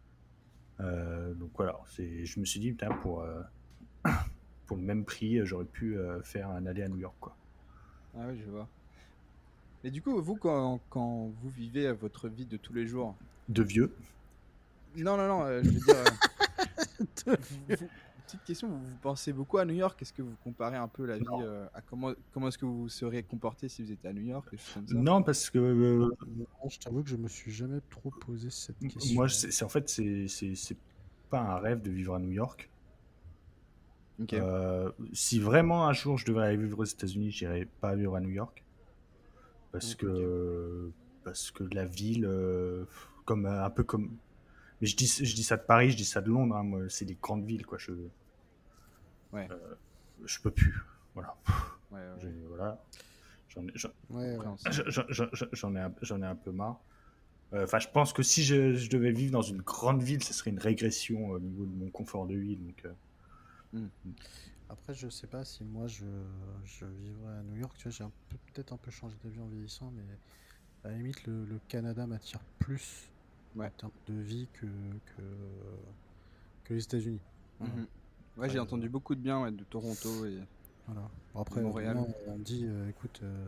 Euh, donc voilà, c'est... je me suis dit, putain, pour, euh, pour le même prix, j'aurais pu euh, faire un aller à New York, quoi. Ah oui, je vois. Et du coup, vous, quand, quand vous vivez euh, votre vie de tous les jours, De vieux. non, non, non, euh, je veux dire, euh, vous- vous- petite question, vous, vous pensez beaucoup à New York? Est-ce que vous comparez un peu la vie Non. euh, à comment, comment est-ce que vous vous seriez comporté si vous étiez à New York, des choses comme ça? Non, parce que euh, Non, je t'avoue que je me suis jamais trop posé cette question. moi, c'est, c'est- en fait, c'est, c'est, c'est pas un rêve de vivre à New York. Ok. Euh, si vraiment un jour je devais aller vivre aux États-Unis, j'irais pas vivre à New York parce Ok. que parce que la ville, euh, comme euh, un peu comme, mais je dis je dis ça de Paris, je dis ça de Londres, hein, moi, c'est des grandes villes, quoi. Je Ouais. euh, je peux plus, voilà. Ouais, ouais, J'ai- ouais. voilà. J'en ai, j'en, Ouais, ouais. Compréhensible. j'en- j'en- j'en- j'en ai un, j'en ai un peu marre. Enfin, je pense que si je, je devais vivre dans une grande ville, ce serait une régression au niveau de mon confort de vie. Donc, euh, Après, je sais pas si moi je, je vivrais à New York. Tu vois, j'ai un peu- peut-être un peu changé d'avis en vieillissant, mais à la limite, le, le Canada m'attire plus en Ouais. termes de vie que, que, que les États-Unis. Voilà. Mhm. Ouais, j'ai Ouais, entendu beaucoup de bien ouais, de Toronto et Voilà. Bon, après, Montréal. demain, on me dit, euh, écoute, euh,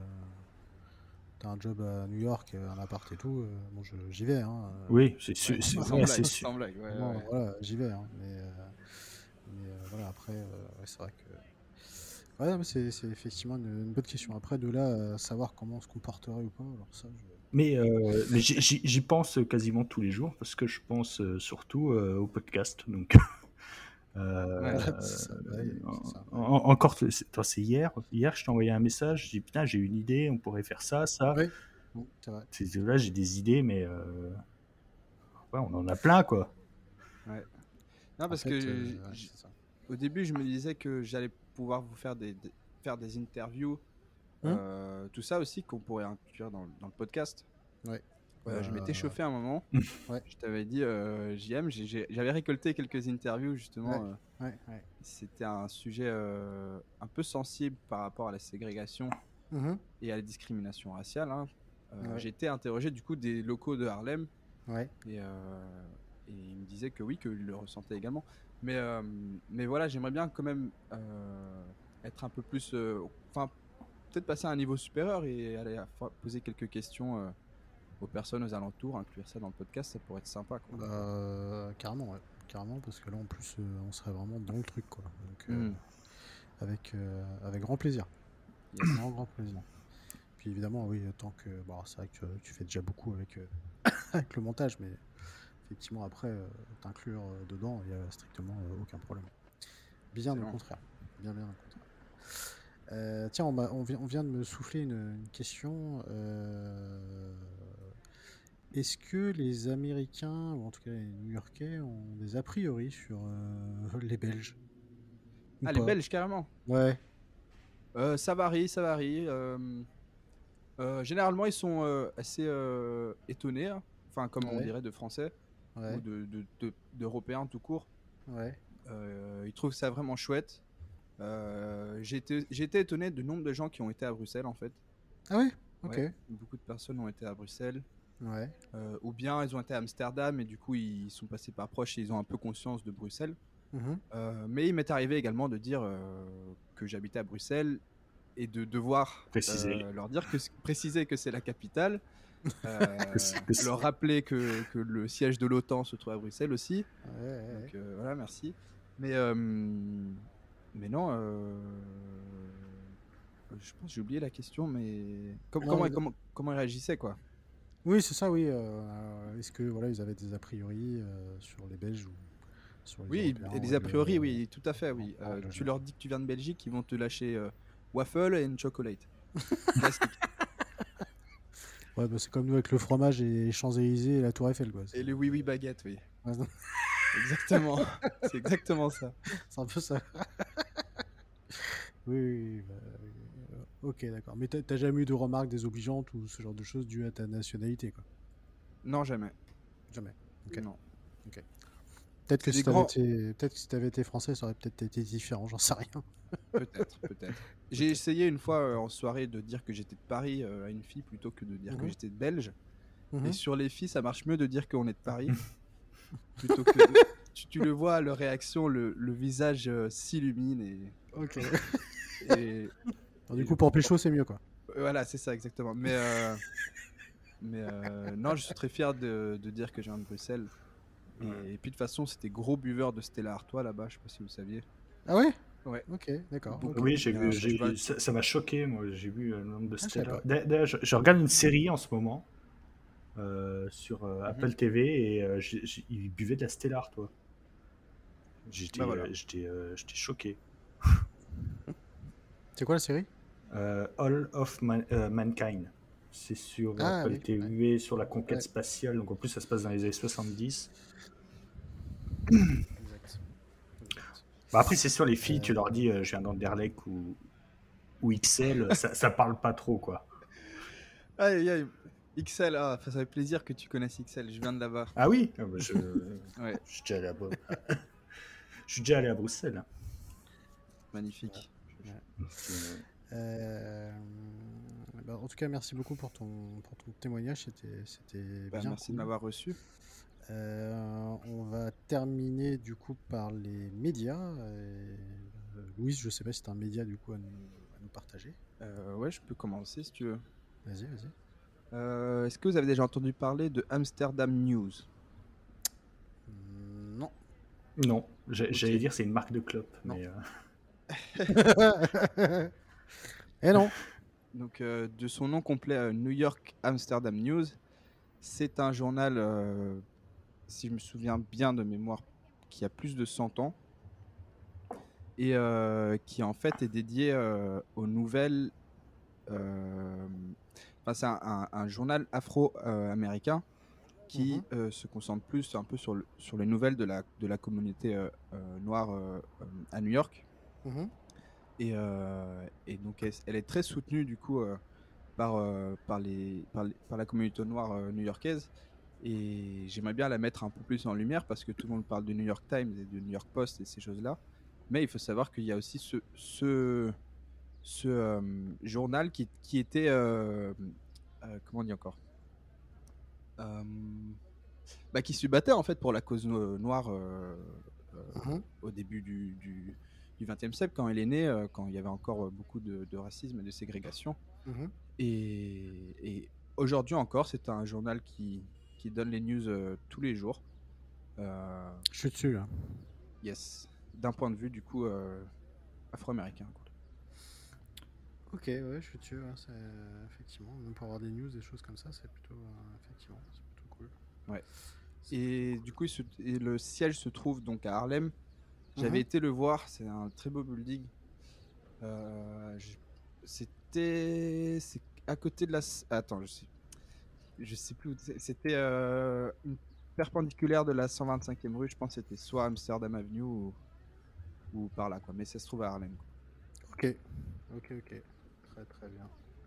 t'as un job à New York, euh, un appart et tout, euh, bon, je- j'y vais. Hein, euh, oui, c'est sûr. Ouais, c'est, sans ouais, blague, c'est sûr. sans blague. Ouais, vraiment, ouais. voilà, j'y vais. Hein, mais euh, mais euh, voilà, après, euh, ouais, c'est vrai que. Ouais, non, mais c'est c'est effectivement une, une bonne question. Après, de là, à savoir comment on se comporterait ou pas, alors ça, je. Mais, euh, mais j'y, j'y- j'y pense quasiment tous les jours parce que je pense euh, surtout euh, au podcast. Donc, euh, Ouais. Voilà, c'est ça, ouais, c'est ça. en- en- encore, c'est, attends, c'est hier. Hier, je t'ai envoyé un message. Je dis putain, j'ai une idée. On pourrait faire ça, ça. Oui, bon, c'est vrai. C'est, là, j'ai des idées, mais euh, ouais, on en a plein, quoi. Ouais. Non, parce En fait, que euh, j- ouais, j- c'est ça. au début, je me disais que j'allais pouvoir vous faire des, des- faire des interviews, Hum euh, tout ça aussi qu'on pourrait inclure dans, dans le podcast. Ouais. Euh, Je m'étais Euh, chauffé un moment. Ouais. Je t'avais dit, euh, J M, j'ai- j'ai- j'avais récolté quelques interviews justement. Ouais. euh, Ouais, ouais. C'était un sujet euh, un peu sensible par rapport à la ségrégation Mhm. et à la discrimination raciale. hein. Euh, Ouais. J'ai été interrogé du coup des locaux de Harlem Ouais. et, euh, et ils me disaient que oui, qu'ils le ressentaient également. Mais, euh, mais voilà, j'aimerais bien quand même euh, être un peu plus. euh, Enfin, peut-être passer à un niveau supérieur et aller à fois poser quelques questions euh, aux personnes aux alentours, inclure ça dans le podcast, ça pourrait être sympa. Quoi. Bah, euh, carrément, ouais. Carrément, parce que là, en plus, euh, on serait vraiment dans le truc, quoi. Donc, euh, Mhm. avec, euh, avec grand plaisir. Yes. Grand, grand plaisir. Puis évidemment, oui, tant que. Bon, c'est vrai que tu fais déjà beaucoup avec, euh, avec le montage, mais effectivement, après, euh, t'inclure euh, dedans, il n'y a strictement euh, aucun problème. Bien au Excellent. contraire. Bien, bien au contraire. Euh, tiens, on, m'a- on vient, on vient de me souffler une, une question. euh, Est-ce que les Américains, ou en tout cas les New-Yorkais, ont des a priori sur euh, les Belges ou Ah, les pas Belges, carrément. Ouais. Euh, ça varie, ça varie. euh, euh, généralement, ils sont euh, assez euh, étonnés, hein. Enfin, comme on Ouais. dirait de Français Ouais. ou de, de- de- d'Européens tout court. Ouais. Euh, ils trouvent ça vraiment chouette. Euh, j'ai été, j'ai été étonné du nombre de gens qui ont été à Bruxelles, en fait. Ah ouais. Ok. Ouais, beaucoup de personnes ont été à Bruxelles. Ouais. Euh, ou bien ils ont été à Amsterdam et du coup, ils sont passés par proche et ils ont un peu conscience de Bruxelles. Mhm. Euh, mais il m'est arrivé également de dire euh, que j'habitais à Bruxelles et de devoir Préciser. euh, leur dire que préciser que c'est la capitale, euh, Que c'est- que c'est- leur rappeler que, que le siège de l'OTAN se trouve à Bruxelles aussi. Ouais, ouais, Donc ouais. euh, voilà, merci. Mais euh, mais non, euh, je pense que j'ai oublié la question, mais Com- Non, comment, mais- comment comment ils réagissaient quoi? Oui, c'est ça, oui. euh, Est-ce que voilà, ils avaient des a priori euh, sur les Belges ou sur les Oui, Européens et les ou a priori, les- oui, tout à fait, oui. en- en Euh, règle tu générale. leur dis que tu viens de Belgique, ils vont te lâcher euh, waffle et une chocolate. Classique. Ouais, bah, c'est comme nous avec le fromage et les Champs-Élysées et la Tour Eiffel, quoi. Et C'est le oui oui baguette, oui. ouais, Exactement. C'est exactement ça. c'est un peu ça. Oui, oui, oui, bah, euh, ok, d'accord. Mais t'as t'as jamais eu de remarques désobligeantes ou ce genre de choses dues à ta nationalité, quoi. Non, jamais. Jamais. Ok. Non. Peut-être que C'est si des t'avais grands- été, peut-être que si t'avais été français, ça aurait peut-être été différent. J'en sais rien. Peut-être, peut-être. J'ai essayé une fois euh, en soirée de dire que j'étais de Paris euh, à une fille plutôt que de dire que Mhm. j'étais de Belge. Mhm. Et sur les filles, ça marche mieux de dire qu'on est de Paris plutôt que de- tu, tu le vois, leur réaction, le, le visage euh, s'illumine et, Ok. et- Alors, du et- coup, pour pécho, c'est mieux, quoi. voilà, c'est ça exactement. Mais euh, mais euh, non, je suis très fier de, de dire que je viens de Bruxelles. Et, Ouais. et puis de toute façon, c'était gros buveur de Stella Artois là-bas. Je sais pas si vous saviez. Ah ouais. Ouais. Ok, d'accord. Beaucoup. ok. Oui, j'ai Mais, vu, euh, j'ai je vais- vu- ça ça m'a choqué, moi, j'ai vu euh, le nombre de Ah, je savais Stella. pas. D'a- D'ailleurs, je, je regarde une série en ce moment euh, sur euh, Mhm. Apple T V et euh, j'ai- j'ai- ils buvaient de la Stella Artois. J'étais Bah voilà. euh, j'étais euh, j'étais choqué. C'est quoi la série? Euh, All of Man- euh, Mankind. C'est sur Ah, Apple oui, T V, sur la conquête Ouais. spatiale. Donc en plus, ça se passe dans les années soixante-dix. Exact. Exact. Bah, après, c'est sûr, les filles, Euh. tu leur dis euh, je viens d'Anderlecht ou, ou X L, ça, ça parle pas trop, quoi. Aïe, aïe. X L, ah, ça fait plaisir que tu connaisses X L. Je viens de là-bas. Ah oui Ah bah, je, Ouais, je suis déjà allé à, Bru- je suis déjà allé à Bruxelles. magnifique. Euh, Euh, bah, en tout cas, merci beaucoup pour ton, pour ton témoignage. C'était, c'était Bah, bien merci cool. de m'avoir reçu. Euh, on va terminer du coup par les médias. Et, euh, Louise, je sais pas si tu as un média du coup à nous, à nous partager. Euh, ouais, je peux commencer si tu veux. Vas-y, vas-y. Euh, Est-ce que vous avez déjà entendu parler de Amsterdam News? Mm, Non. non, j'ai- Ok. j'allais dire c'est une marque de clope, Non. mais euh, Et non. Donc, euh, de son nom complet, euh, New York Amsterdam News, c'est un journal, euh, si je me souviens bien de mémoire, qui a plus de cent ans et euh, qui en fait est dédié euh, aux nouvelles. euh, Enfin, c'est un, un- un journal afro-américain qui Mhm. euh, se concentre plus un peu sur, le- sur les nouvelles de la, de la communauté euh, euh, noire euh, euh, à New York. Mhm. Et, euh, et donc, elle, elle est très soutenue du coup euh, par, euh, par, les, par, les- par la communauté noire euh, new-yorkaise. Et j'aimerais bien la mettre un peu plus en lumière parce que tout le monde parle du New York Times et du New York Post et ces choses-là. Mais il faut savoir qu'il y a aussi ce, ce, ce euh, journal qui, qui était. euh, euh, comment on dit encore Euh, bah, Qui se battait en fait pour la cause no- noire euh, euh, Mhm. au début du, du, du vingtième siècle, quand elle est née, euh, quand il y avait encore euh, beaucoup de, de racisme et de ségrégation. Mhm. Et, et aujourd'hui encore, c'est un journal qui, qui donne les news euh, tous les jours. Euh, Je suis dessus là. yes, d'un point de vue du coup euh, afro-américain. quoi. Ok, ouais, je suis dessus. Ouais, c'est, effectivement, même pour avoir des news, des choses comme ça, c'est plutôt, euh, effectivement, c'est plutôt cool. Ouais. C'est Et du coup, il se- et le siège se trouve donc à Harlem. J'avais Mhm. été le voir, c'est un très beau building. Euh, je- C'était c'est à côté de la. s- Attends, je sais, je sais plus où c'est- c'était euh, une perpendiculaire de la cent vingt-cinquième rue. Je pense que c'était soit Amsterdam Avenue ou, ou par là, quoi. Mais ça se trouve à Harlem. quoi. Ok, ok, ok. Très très bien.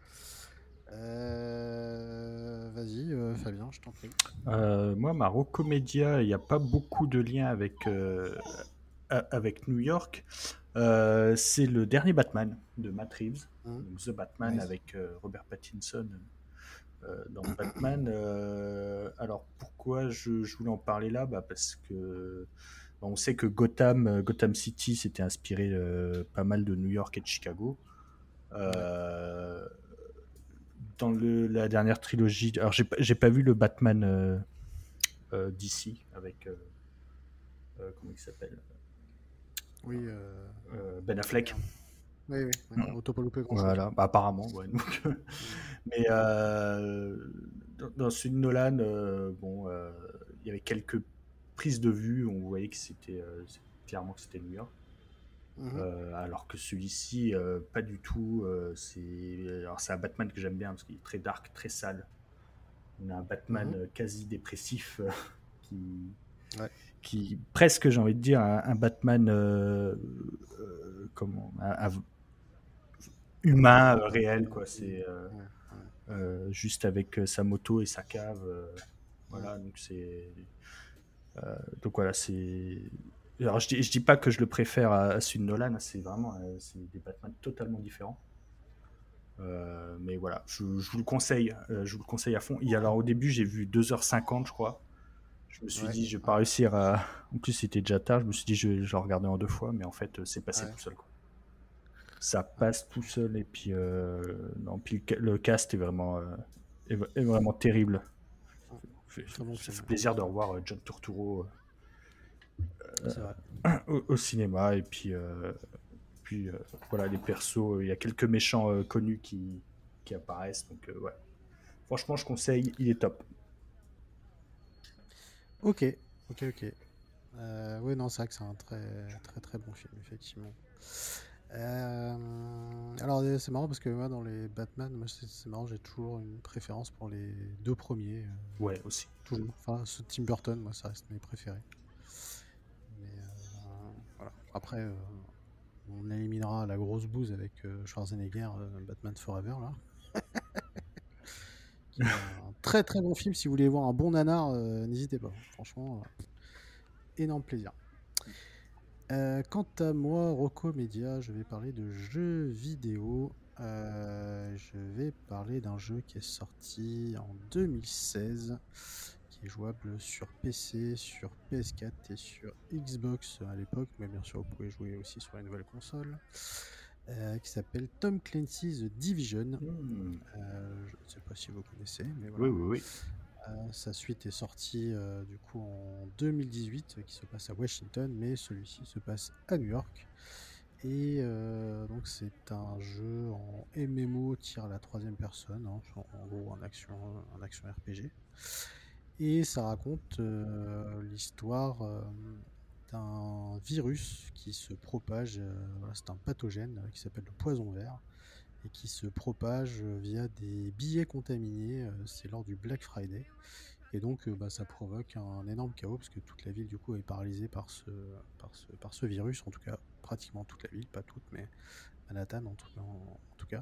Euh, Vas-y, euh, Fabien, je t'en prie. euh, moi, ma Rocomédia, il n'y a pas beaucoup de liens avec, euh, a- avec New York. Euh, c'est le dernier Batman de Matt Reeves, Mhm. donc The Batman Nice. avec euh, Robert Pattinson euh, dans Batman. Euh, alors pourquoi je, je voulais en parler là bah, parce que bon, on sait que Gotham, euh, Gotham City s'était inspiré euh, pas mal de New York et de Chicago. Euh, dans le, la dernière trilogie, alors j'ai, pas- j'ai pas vu le Batman euh, euh, D C avec euh, euh, comment il s'appelle, Oui, euh, Euh, Ben Affleck. merde. Oui, oui, oui. On t'a pas loupé grand-chose. Voilà, bah, apparemment, ouais. Donc, mais euh, dans, dans celui de Nolan, euh, bon, euh, il y avait quelques prises de vue, on voyait que c'était euh, c'est- clairement que c'était New York. Mhm, Euh, alors que celui-ci, euh, pas du tout. Euh, c'est alors c'est un Batman que j'aime bien parce qu'il est très dark, très sale. On a un Batman mhm. euh, quasi dépressif euh, qui, Ouais. qui presque, j'ai envie de dire, un, un Batman euh, euh, comment, un- un humain euh, réel, quoi. C'est euh, Ouais, ouais, euh, juste avec euh, sa moto et sa cave. euh, ouais. voilà, donc c'est euh, donc voilà, c'est. Alors je dis, je dis pas que je le préfère à, à celui de Nolan, hein, c'est vraiment euh, c'est des Batman totalement différents. Euh, mais voilà, je, je vous le conseille, euh, je vous le conseille à fond. Et alors au début, j'ai vu deux heures cinquante, je crois. Je me suis Ouais, dit, je vais pas ouais, réussir à. En plus, c'était déjà tard. Je me suis dit, je, je vais regarder en deux fois, mais en fait, euh, c'est passé ouais, tout seul, quoi. Ça ouais. passe tout seul, et puis, euh, non, puis le, ca- le cast est vraiment, euh, est, est vraiment terrible. Fait- Très bon Ça film, fait ouais. plaisir de revoir euh, John Turturro C'est vrai. euh, au, au cinéma, et puis, euh, puis euh, voilà, les persos, euh, il y a quelques méchants euh, connus qui, qui apparaissent, donc euh, ouais. Franchement, je conseille, il est top. Ok, ok, ok. Euh, oui, non, c'est vrai que c'est un très, très, très bon film, effectivement. Euh, alors, euh, c'est marrant parce que moi, dans les Batman, moi, c'est c'est marrant, j'ai toujours une préférence pour les deux premiers. euh, Ouais, aussi. toujours. Enfin, ce Tim Burton, moi, ça reste mes préférés. Mais euh, voilà. Après, euh, on éliminera la grosse bouse avec euh, Schwarzenegger, euh, Batman Forever, là. Qui est un très très bon film. Si vous voulez voir un bon nanar, euh, n'hésitez pas. Franchement, euh, énorme plaisir. Euh, quant à moi, Rocco Media, je vais parler de jeux vidéo. Euh, je vais parler d'un jeu qui est sorti en deux mille seize, qui est jouable sur P C, sur P S quatre et sur Xbox à l'époque, mais bien sûr vous pouvez jouer aussi sur les nouvelles consoles, euh, qui s'appelle Tom Clancy's The Division. Hmm. Euh, je ne sais pas si vous connaissez, mais Oui, voilà. oui, oui. Euh, sa suite est sortie euh, du coup en deux mille dix-huit, euh, qui se passe à Washington, mais celui-ci se passe à New York. Et euh, donc c'est un jeu en M M O tir à la troisième personne, hein, en, en gros un action, un action R P G. Et ça raconte euh, l'histoire euh, d'un virus qui se propage, euh, voilà, c'est un pathogène euh, qui s'appelle le poison vert, et qui se propage via des billets contaminés, euh, c'est lors du Black Friday. Et donc, euh, bah, ça provoque un énorme chaos parce que toute la ville, du coup, est paralysée par ce, par ce, par ce virus. En tout cas, pratiquement toute la ville, pas toute, mais Manhattan, en tout, en, en tout cas.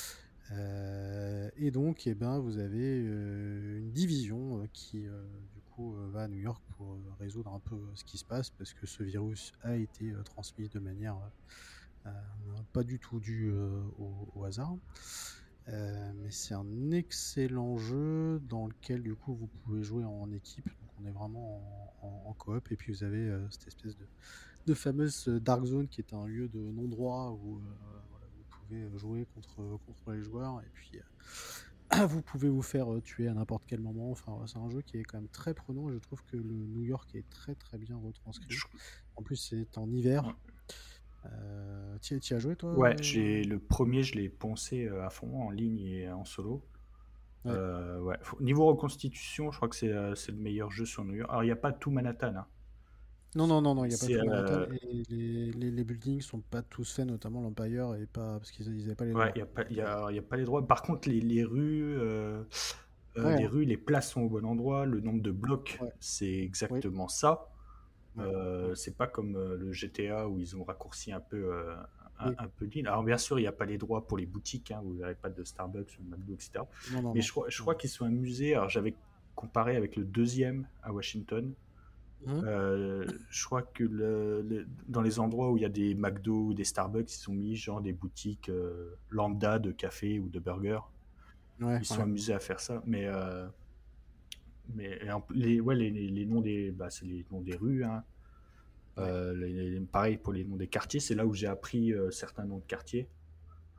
Euh, et donc, eh ben, vous avez euh, une division euh, qui, euh, du coup, euh, va à New York pour euh, résoudre un peu euh, ce qui se passe parce que ce virus a été euh, transmis de manière euh, pas du tout due euh, au, au hasard. Euh, mais c'est un excellent jeu dans lequel du coup vous pouvez jouer en équipe. Donc on est vraiment en, en, en coop et puis vous avez euh, cette espèce de, de fameuse Dark Zone qui est un lieu de non-droit où euh, voilà, vous pouvez jouer contre, contre les joueurs et puis euh, vous pouvez vous faire euh, tuer à n'importe quel moment. Enfin voilà, c'est un jeu qui est quand même très prenant. Je trouve que le New York est très très bien retranscrit. Je- En plus c'est en Ouais, hiver. Euh, tu y as joué toi Ouais, euh j'ai le premier, je l'ai poncé euh, à fond en ligne et en solo. Ouais. Euh, ouais. Faut- Niveau reconstitution, je crois que c'est euh, c'est le meilleur jeu sur New York. Alors, il n'y a pas tout Manhattan, hein. Non, non, non, non, il n'y a pas C'est tout Manhattan euh, et les, les, les buildings sont pas tous faits, notamment l'Empire, et pas parce qu'ils n'avaient pas les ouais, droits. il n'y a, pas- Donc, il y euh, a, il y a pas les droits. Par contre, les, les rues, euh, euh, ouais, les hein, rues, les places sont au bon endroit. Le nombre de blocs, ouais, c'est oui, exactement ça. ouais, ouais, Euh, c'est pas comme euh, le G T A où ils ont raccourci un peu, euh, un, oui, un peu l'île. Alors bien sûr, il n'y a pas les droits pour les boutiques, hein, vous n'avez pas de Starbucks ou de McDo, et cetera. non, non, Mais non. je crois, je crois Non. qu'ils sont amusés. Alors j'avais comparé avec le deuxième à Washington. Mhm. Euh, je crois que le, le- dans les endroits où il y a des McDo ou des Starbucks, ils ont mis genre des boutiques euh, lambda de café ou de burgers. Ouais, Ils se sont ouais, amusés à faire ça, mais euh, mais et en- les, ouais, les, les- les noms des bah, c'est les noms des rues, hein. ouais, Euh, les- les- pareil pour les noms des quartiers, c'est là où j'ai appris euh, certains noms de quartiers.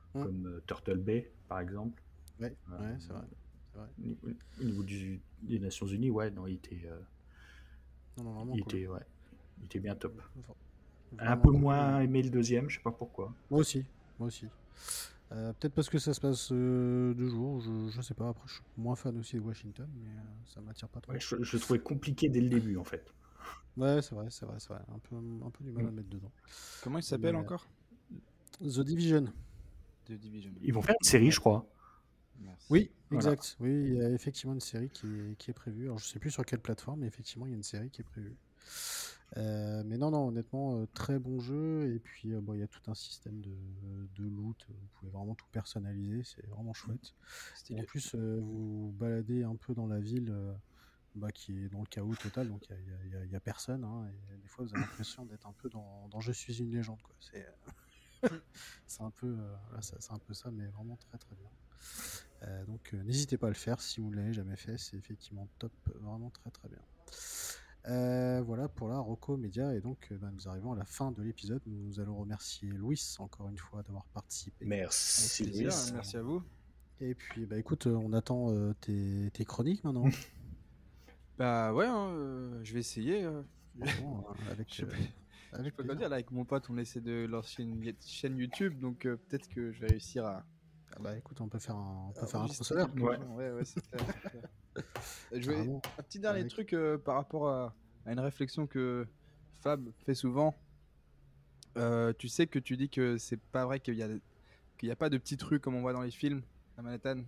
Mm. comme euh, Turtle Bay, par exemple. Ouais, Euh, ouais, c'est vrai. c'est vrai. Au niveau du, des Nations Unies, ouais, non, il était, euh, Non, non, vraiment il cool. était, ouais, il était bien top. V- Un Vraiment peu cool. moins aimé le deuxième, je sais pas pourquoi. Moi aussi, moi aussi. Euh, peut-être parce que ça se passe euh, deux jours, je, je sais pas. Après, je suis moins fan aussi de Washington, mais euh, ça m'attire pas Ouais, trop. je, je le trouvais compliqué dès le début, en fait. Ouais, c'est vrai, c'est vrai, c'est vrai. Un peu, un peu du mal à Mm. mettre dedans. Comment il s'appelle Mais euh, encore? The Division. The Division. Ils vont faire une série, Ouais. je crois. Merci. Oui, Voilà. exact. Oui, il y a effectivement une série qui est, qui est prévue. Alors, je sais plus sur quelle plateforme, mais effectivement, il y a une série qui est prévue. Euh, mais non, non, honnêtement, euh, très bon jeu. Et puis, euh, bon, il y a tout un système de, de loot. Vous pouvez vraiment tout personnaliser. C'est vraiment chouette. Et en Stylé. plus, euh, vous vous baladez un peu dans la ville euh, bah, qui est dans le chaos total. Donc, il n'y a, il y a- il y a personne. Hein, et des fois, vous avez l'impression d'être un peu dans, dans Je suis une légende, quoi. C'est c'est un peu, euh, là, ça- c'est un peu ça, mais vraiment très très bien. Euh, donc euh, n'hésitez pas à le faire si vous ne l'avez jamais fait, c'est effectivement top, vraiment très très bien. Euh, voilà pour la Rocco Média, et donc euh, bah, nous arrivons à la fin de l'épisode. Nous allons remercier Louis encore une fois d'avoir participé. Avec Merci, plaisir, Louis. merci à vous. Et puis bah écoute, euh, on attend euh, tes, tes chroniques maintenant. Bah ouais, hein, euh, je vais essayer. euh. Franchement, euh, avec, Je sais euh, pas, je sais avec pas quoi plaisir. dire, là, avec mon pote, on essaie de lancer une y- chaîne YouTube, donc euh, peut-être que je vais réussir à, Ah bah écoute, on peut faire un, on peut à faire un enregistrer crossover, quelques Ouais. gens. Ouais, ouais, c'est clair, c'est clair. Euh, Je vais... carrément. Un petit dernier Avec... truc euh, par rapport à, à une réflexion que Fab fait souvent. Euh, tu sais que tu dis que c'est pas vrai qu'il y a, qu'il y a pas de petites rues comme on voit dans les films à Manhattan.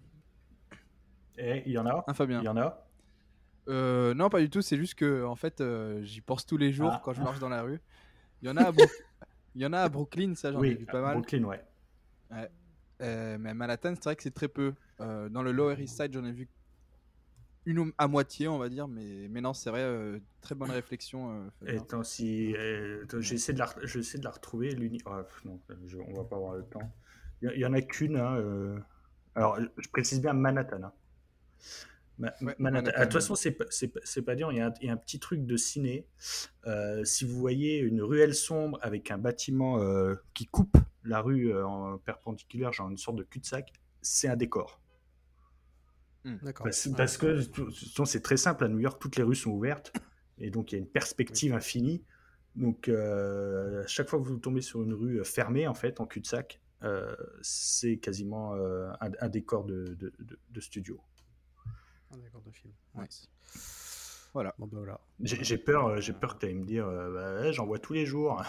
Et il y en a Hein, Il Fabien? y en a Euh, non, pas du tout. C'est juste que en fait, euh, j'y pense tous les jours Ah, quand je marche dans la rue. Il y en a à, Brook- il y en a à Brooklyn, ça j'en ai oui, vu pas mal. Brooklyn, ouais. Ouais. Euh, mais à Manhattan, c'est vrai que c'est très peu. Euh, dans le Lower East Side, j'en ai vu une au- à moitié, on va dire. Mais, mais non, c'est vrai, euh, très bonne réflexion, euh, Et Fabien. attends, si, Donc, euh, attends, ouais. j'essaie de la, re- j'essaie de la retrouver. L'uni... ah, pff, non, je- on va pas avoir le temps. Il y, il y en a qu'une. Hein, euh, Alors, je précise bien Manhattan. Hein. Ma- Ouais, Manhattan. Ah, de Manhattan, toute ouais. façon, c'est pas, c'est pas, c'est pas dur. Il y, a un, il y a un petit truc de ciné. Euh, si vous voyez une ruelle sombre avec un bâtiment euh, qui coupe la rue euh, en perpendiculaire, genre une sorte de cul-de-sac, c'est un décor. Hmm. D'accord. Parce, Ouais, parce que tout- tout- c'est très simple. À New York, toutes les rues sont ouvertes. Et donc, il y a une oui. perspective infinie. Donc, euh, à chaque fois que vous tombez sur une rue fermée, en fait, en cul-de-sac, euh, c'est quasiment euh, un, un décor de, de, de, de studio. Un décor de film. Ouais. Nice. Voilà. Bon bah voilà. J'ai Voilà. j'ai peur, Donc, euh, euh, j'ai peur que tu ailles me dire, euh, bah, ouais, j'en vois tous les jours.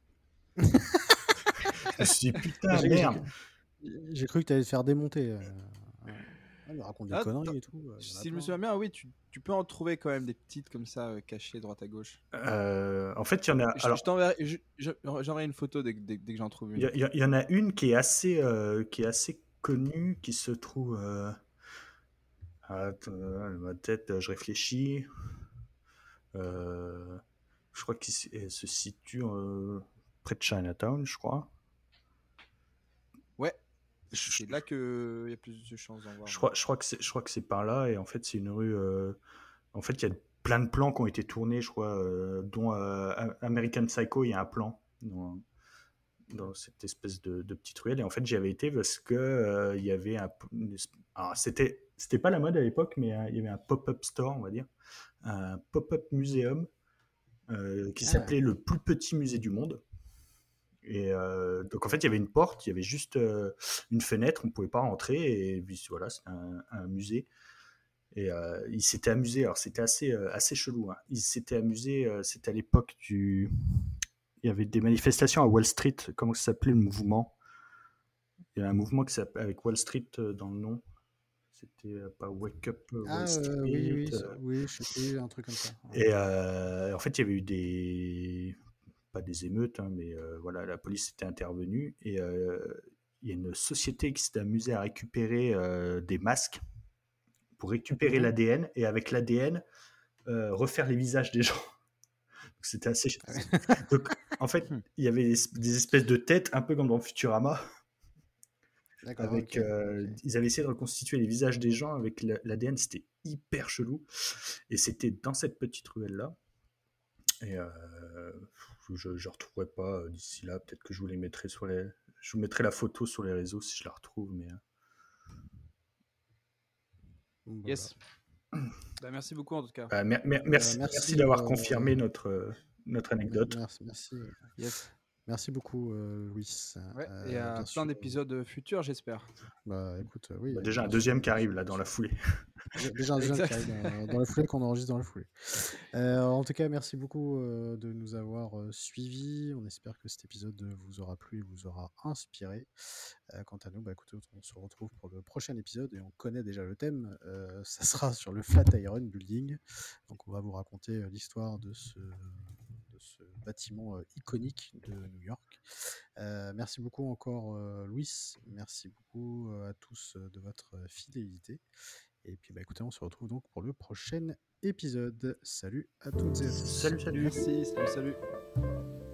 Je me suis dit, putain, J'ai j'ai merde. cru j'ai cru que tu allais te faire démonter. euh, euh, ah, il raconte des Ah, conneries t'as- et tout. euh, Il y en a si je me plein. souviens bien, oui, tu, tu peux en trouver quand même des petites comme ça, euh, cachées droite à gauche. Euh, en fait, il y en a. Je, Alors, je t'enverrai, je- je- j'enverrai une photo dès, que- dès, dès que j'en trouve il une. y, y- y en a une qui est assez, euh, qui est assez connue, qui se trouve. Euh... Attends, euh, ma tête, je réfléchis. Euh, je crois qu'il se elle se situe euh, près de Chinatown, je crois. Ouais, Je, c'est là qu'il y a plus de chances d'en voir. je Ouais. crois, je crois que c'est, je crois que c'est par là, et en fait, c'est une rue. euh, En fait, il y a plein de plans qui ont été tournés, je crois, euh, dont euh, American Psycho, il y a un plan dans, dans cette espèce de, de petite ruelle. Et en fait, j'y avais été parce que euh, il y avait un. une esp- Alors, c'était, c'était pas la mode à l'époque, mais euh, il y avait un pop-up store, on va dire, un pop-up muséum euh, qui Ah, s'appelait le plus petit musée du monde. Et euh, donc en fait, il y avait une porte, il y avait juste euh, une fenêtre, on ne pouvait pas rentrer. Et puis voilà, c'était un, un musée. Et euh, il s'était amusé, alors c'était assez, euh, assez chelou. Hein. Il s'était amusé, euh, c'était à l'époque du. Il y avait des manifestations à Wall Street, comment ça s'appelait le mouvement? Il y avait un mouvement qui s'appelait avec Wall Street euh, dans le nom. C'était euh, pas Wake Up euh, ah Wall euh, Street. oui, oui, euh, ça- oui, je sais plus, un truc comme ça. Ouais. et euh, en fait, il y avait eu des. Pas des émeutes, hein, mais euh, voilà, la police était intervenue. Et euh, il y a une société qui s'est amusée à récupérer euh, des masques pour récupérer Mhm. l'A D N et avec l'A D N euh, refaire les visages des gens. Donc, c'était assez. Donc, en fait, Hmm. il y avait des espèces de têtes, un peu comme dans Futurama. D'accord, Avec, ok. euh, ok. ils avaient essayé de reconstituer les visages des gens avec l'A D N. C'était hyper chelou. Et c'était dans cette petite ruelle-là. Et euh, je ne retrouverai pas d'ici là. Peut-être que je vous les mettrai sur les, je vous mettrai la photo sur les réseaux si je la retrouve. Mais... Voilà. Yes. Bah, merci beaucoup en tout cas. Bah, mer- mer- merci, Euh, merci, merci, d'avoir euh, confirmé notre, euh, notre anecdote. Merci, merci, Yes. merci beaucoup, euh, Louis. Ouais, Euh, et à bien plein sûr. d'épisodes futurs, j'espère. Bah, écoute, euh, oui. Bah, euh, déjà un bien deuxième sûr, qui bien arrive sûr, là bien dans la sûr. foulée. Déjà- Déjà un deuxième qui Exact. arrive dans, dans la foulée qu'on enregistre dans la foulée. Euh, en tout cas, merci beaucoup euh, de nous avoir euh, suivis. On espère que cet épisode vous aura plu et vous aura inspiré. Euh, quant à nous, bah, écoutez, on se retrouve pour le prochain épisode et on connaît déjà le thème. Euh, ça sera sur le Flatiron Building. Donc, on va vous raconter euh, l'histoire de ce, de ce bâtiment euh, iconique de New York. Euh, merci beaucoup encore, euh, Louis. Merci beaucoup euh, à tous euh, de votre euh, fidélité. Et puis, bah, écoutez, on se retrouve donc pour le prochain épisode. Salut à toutes et à tous. Salut, salut. Merci, salut, salut.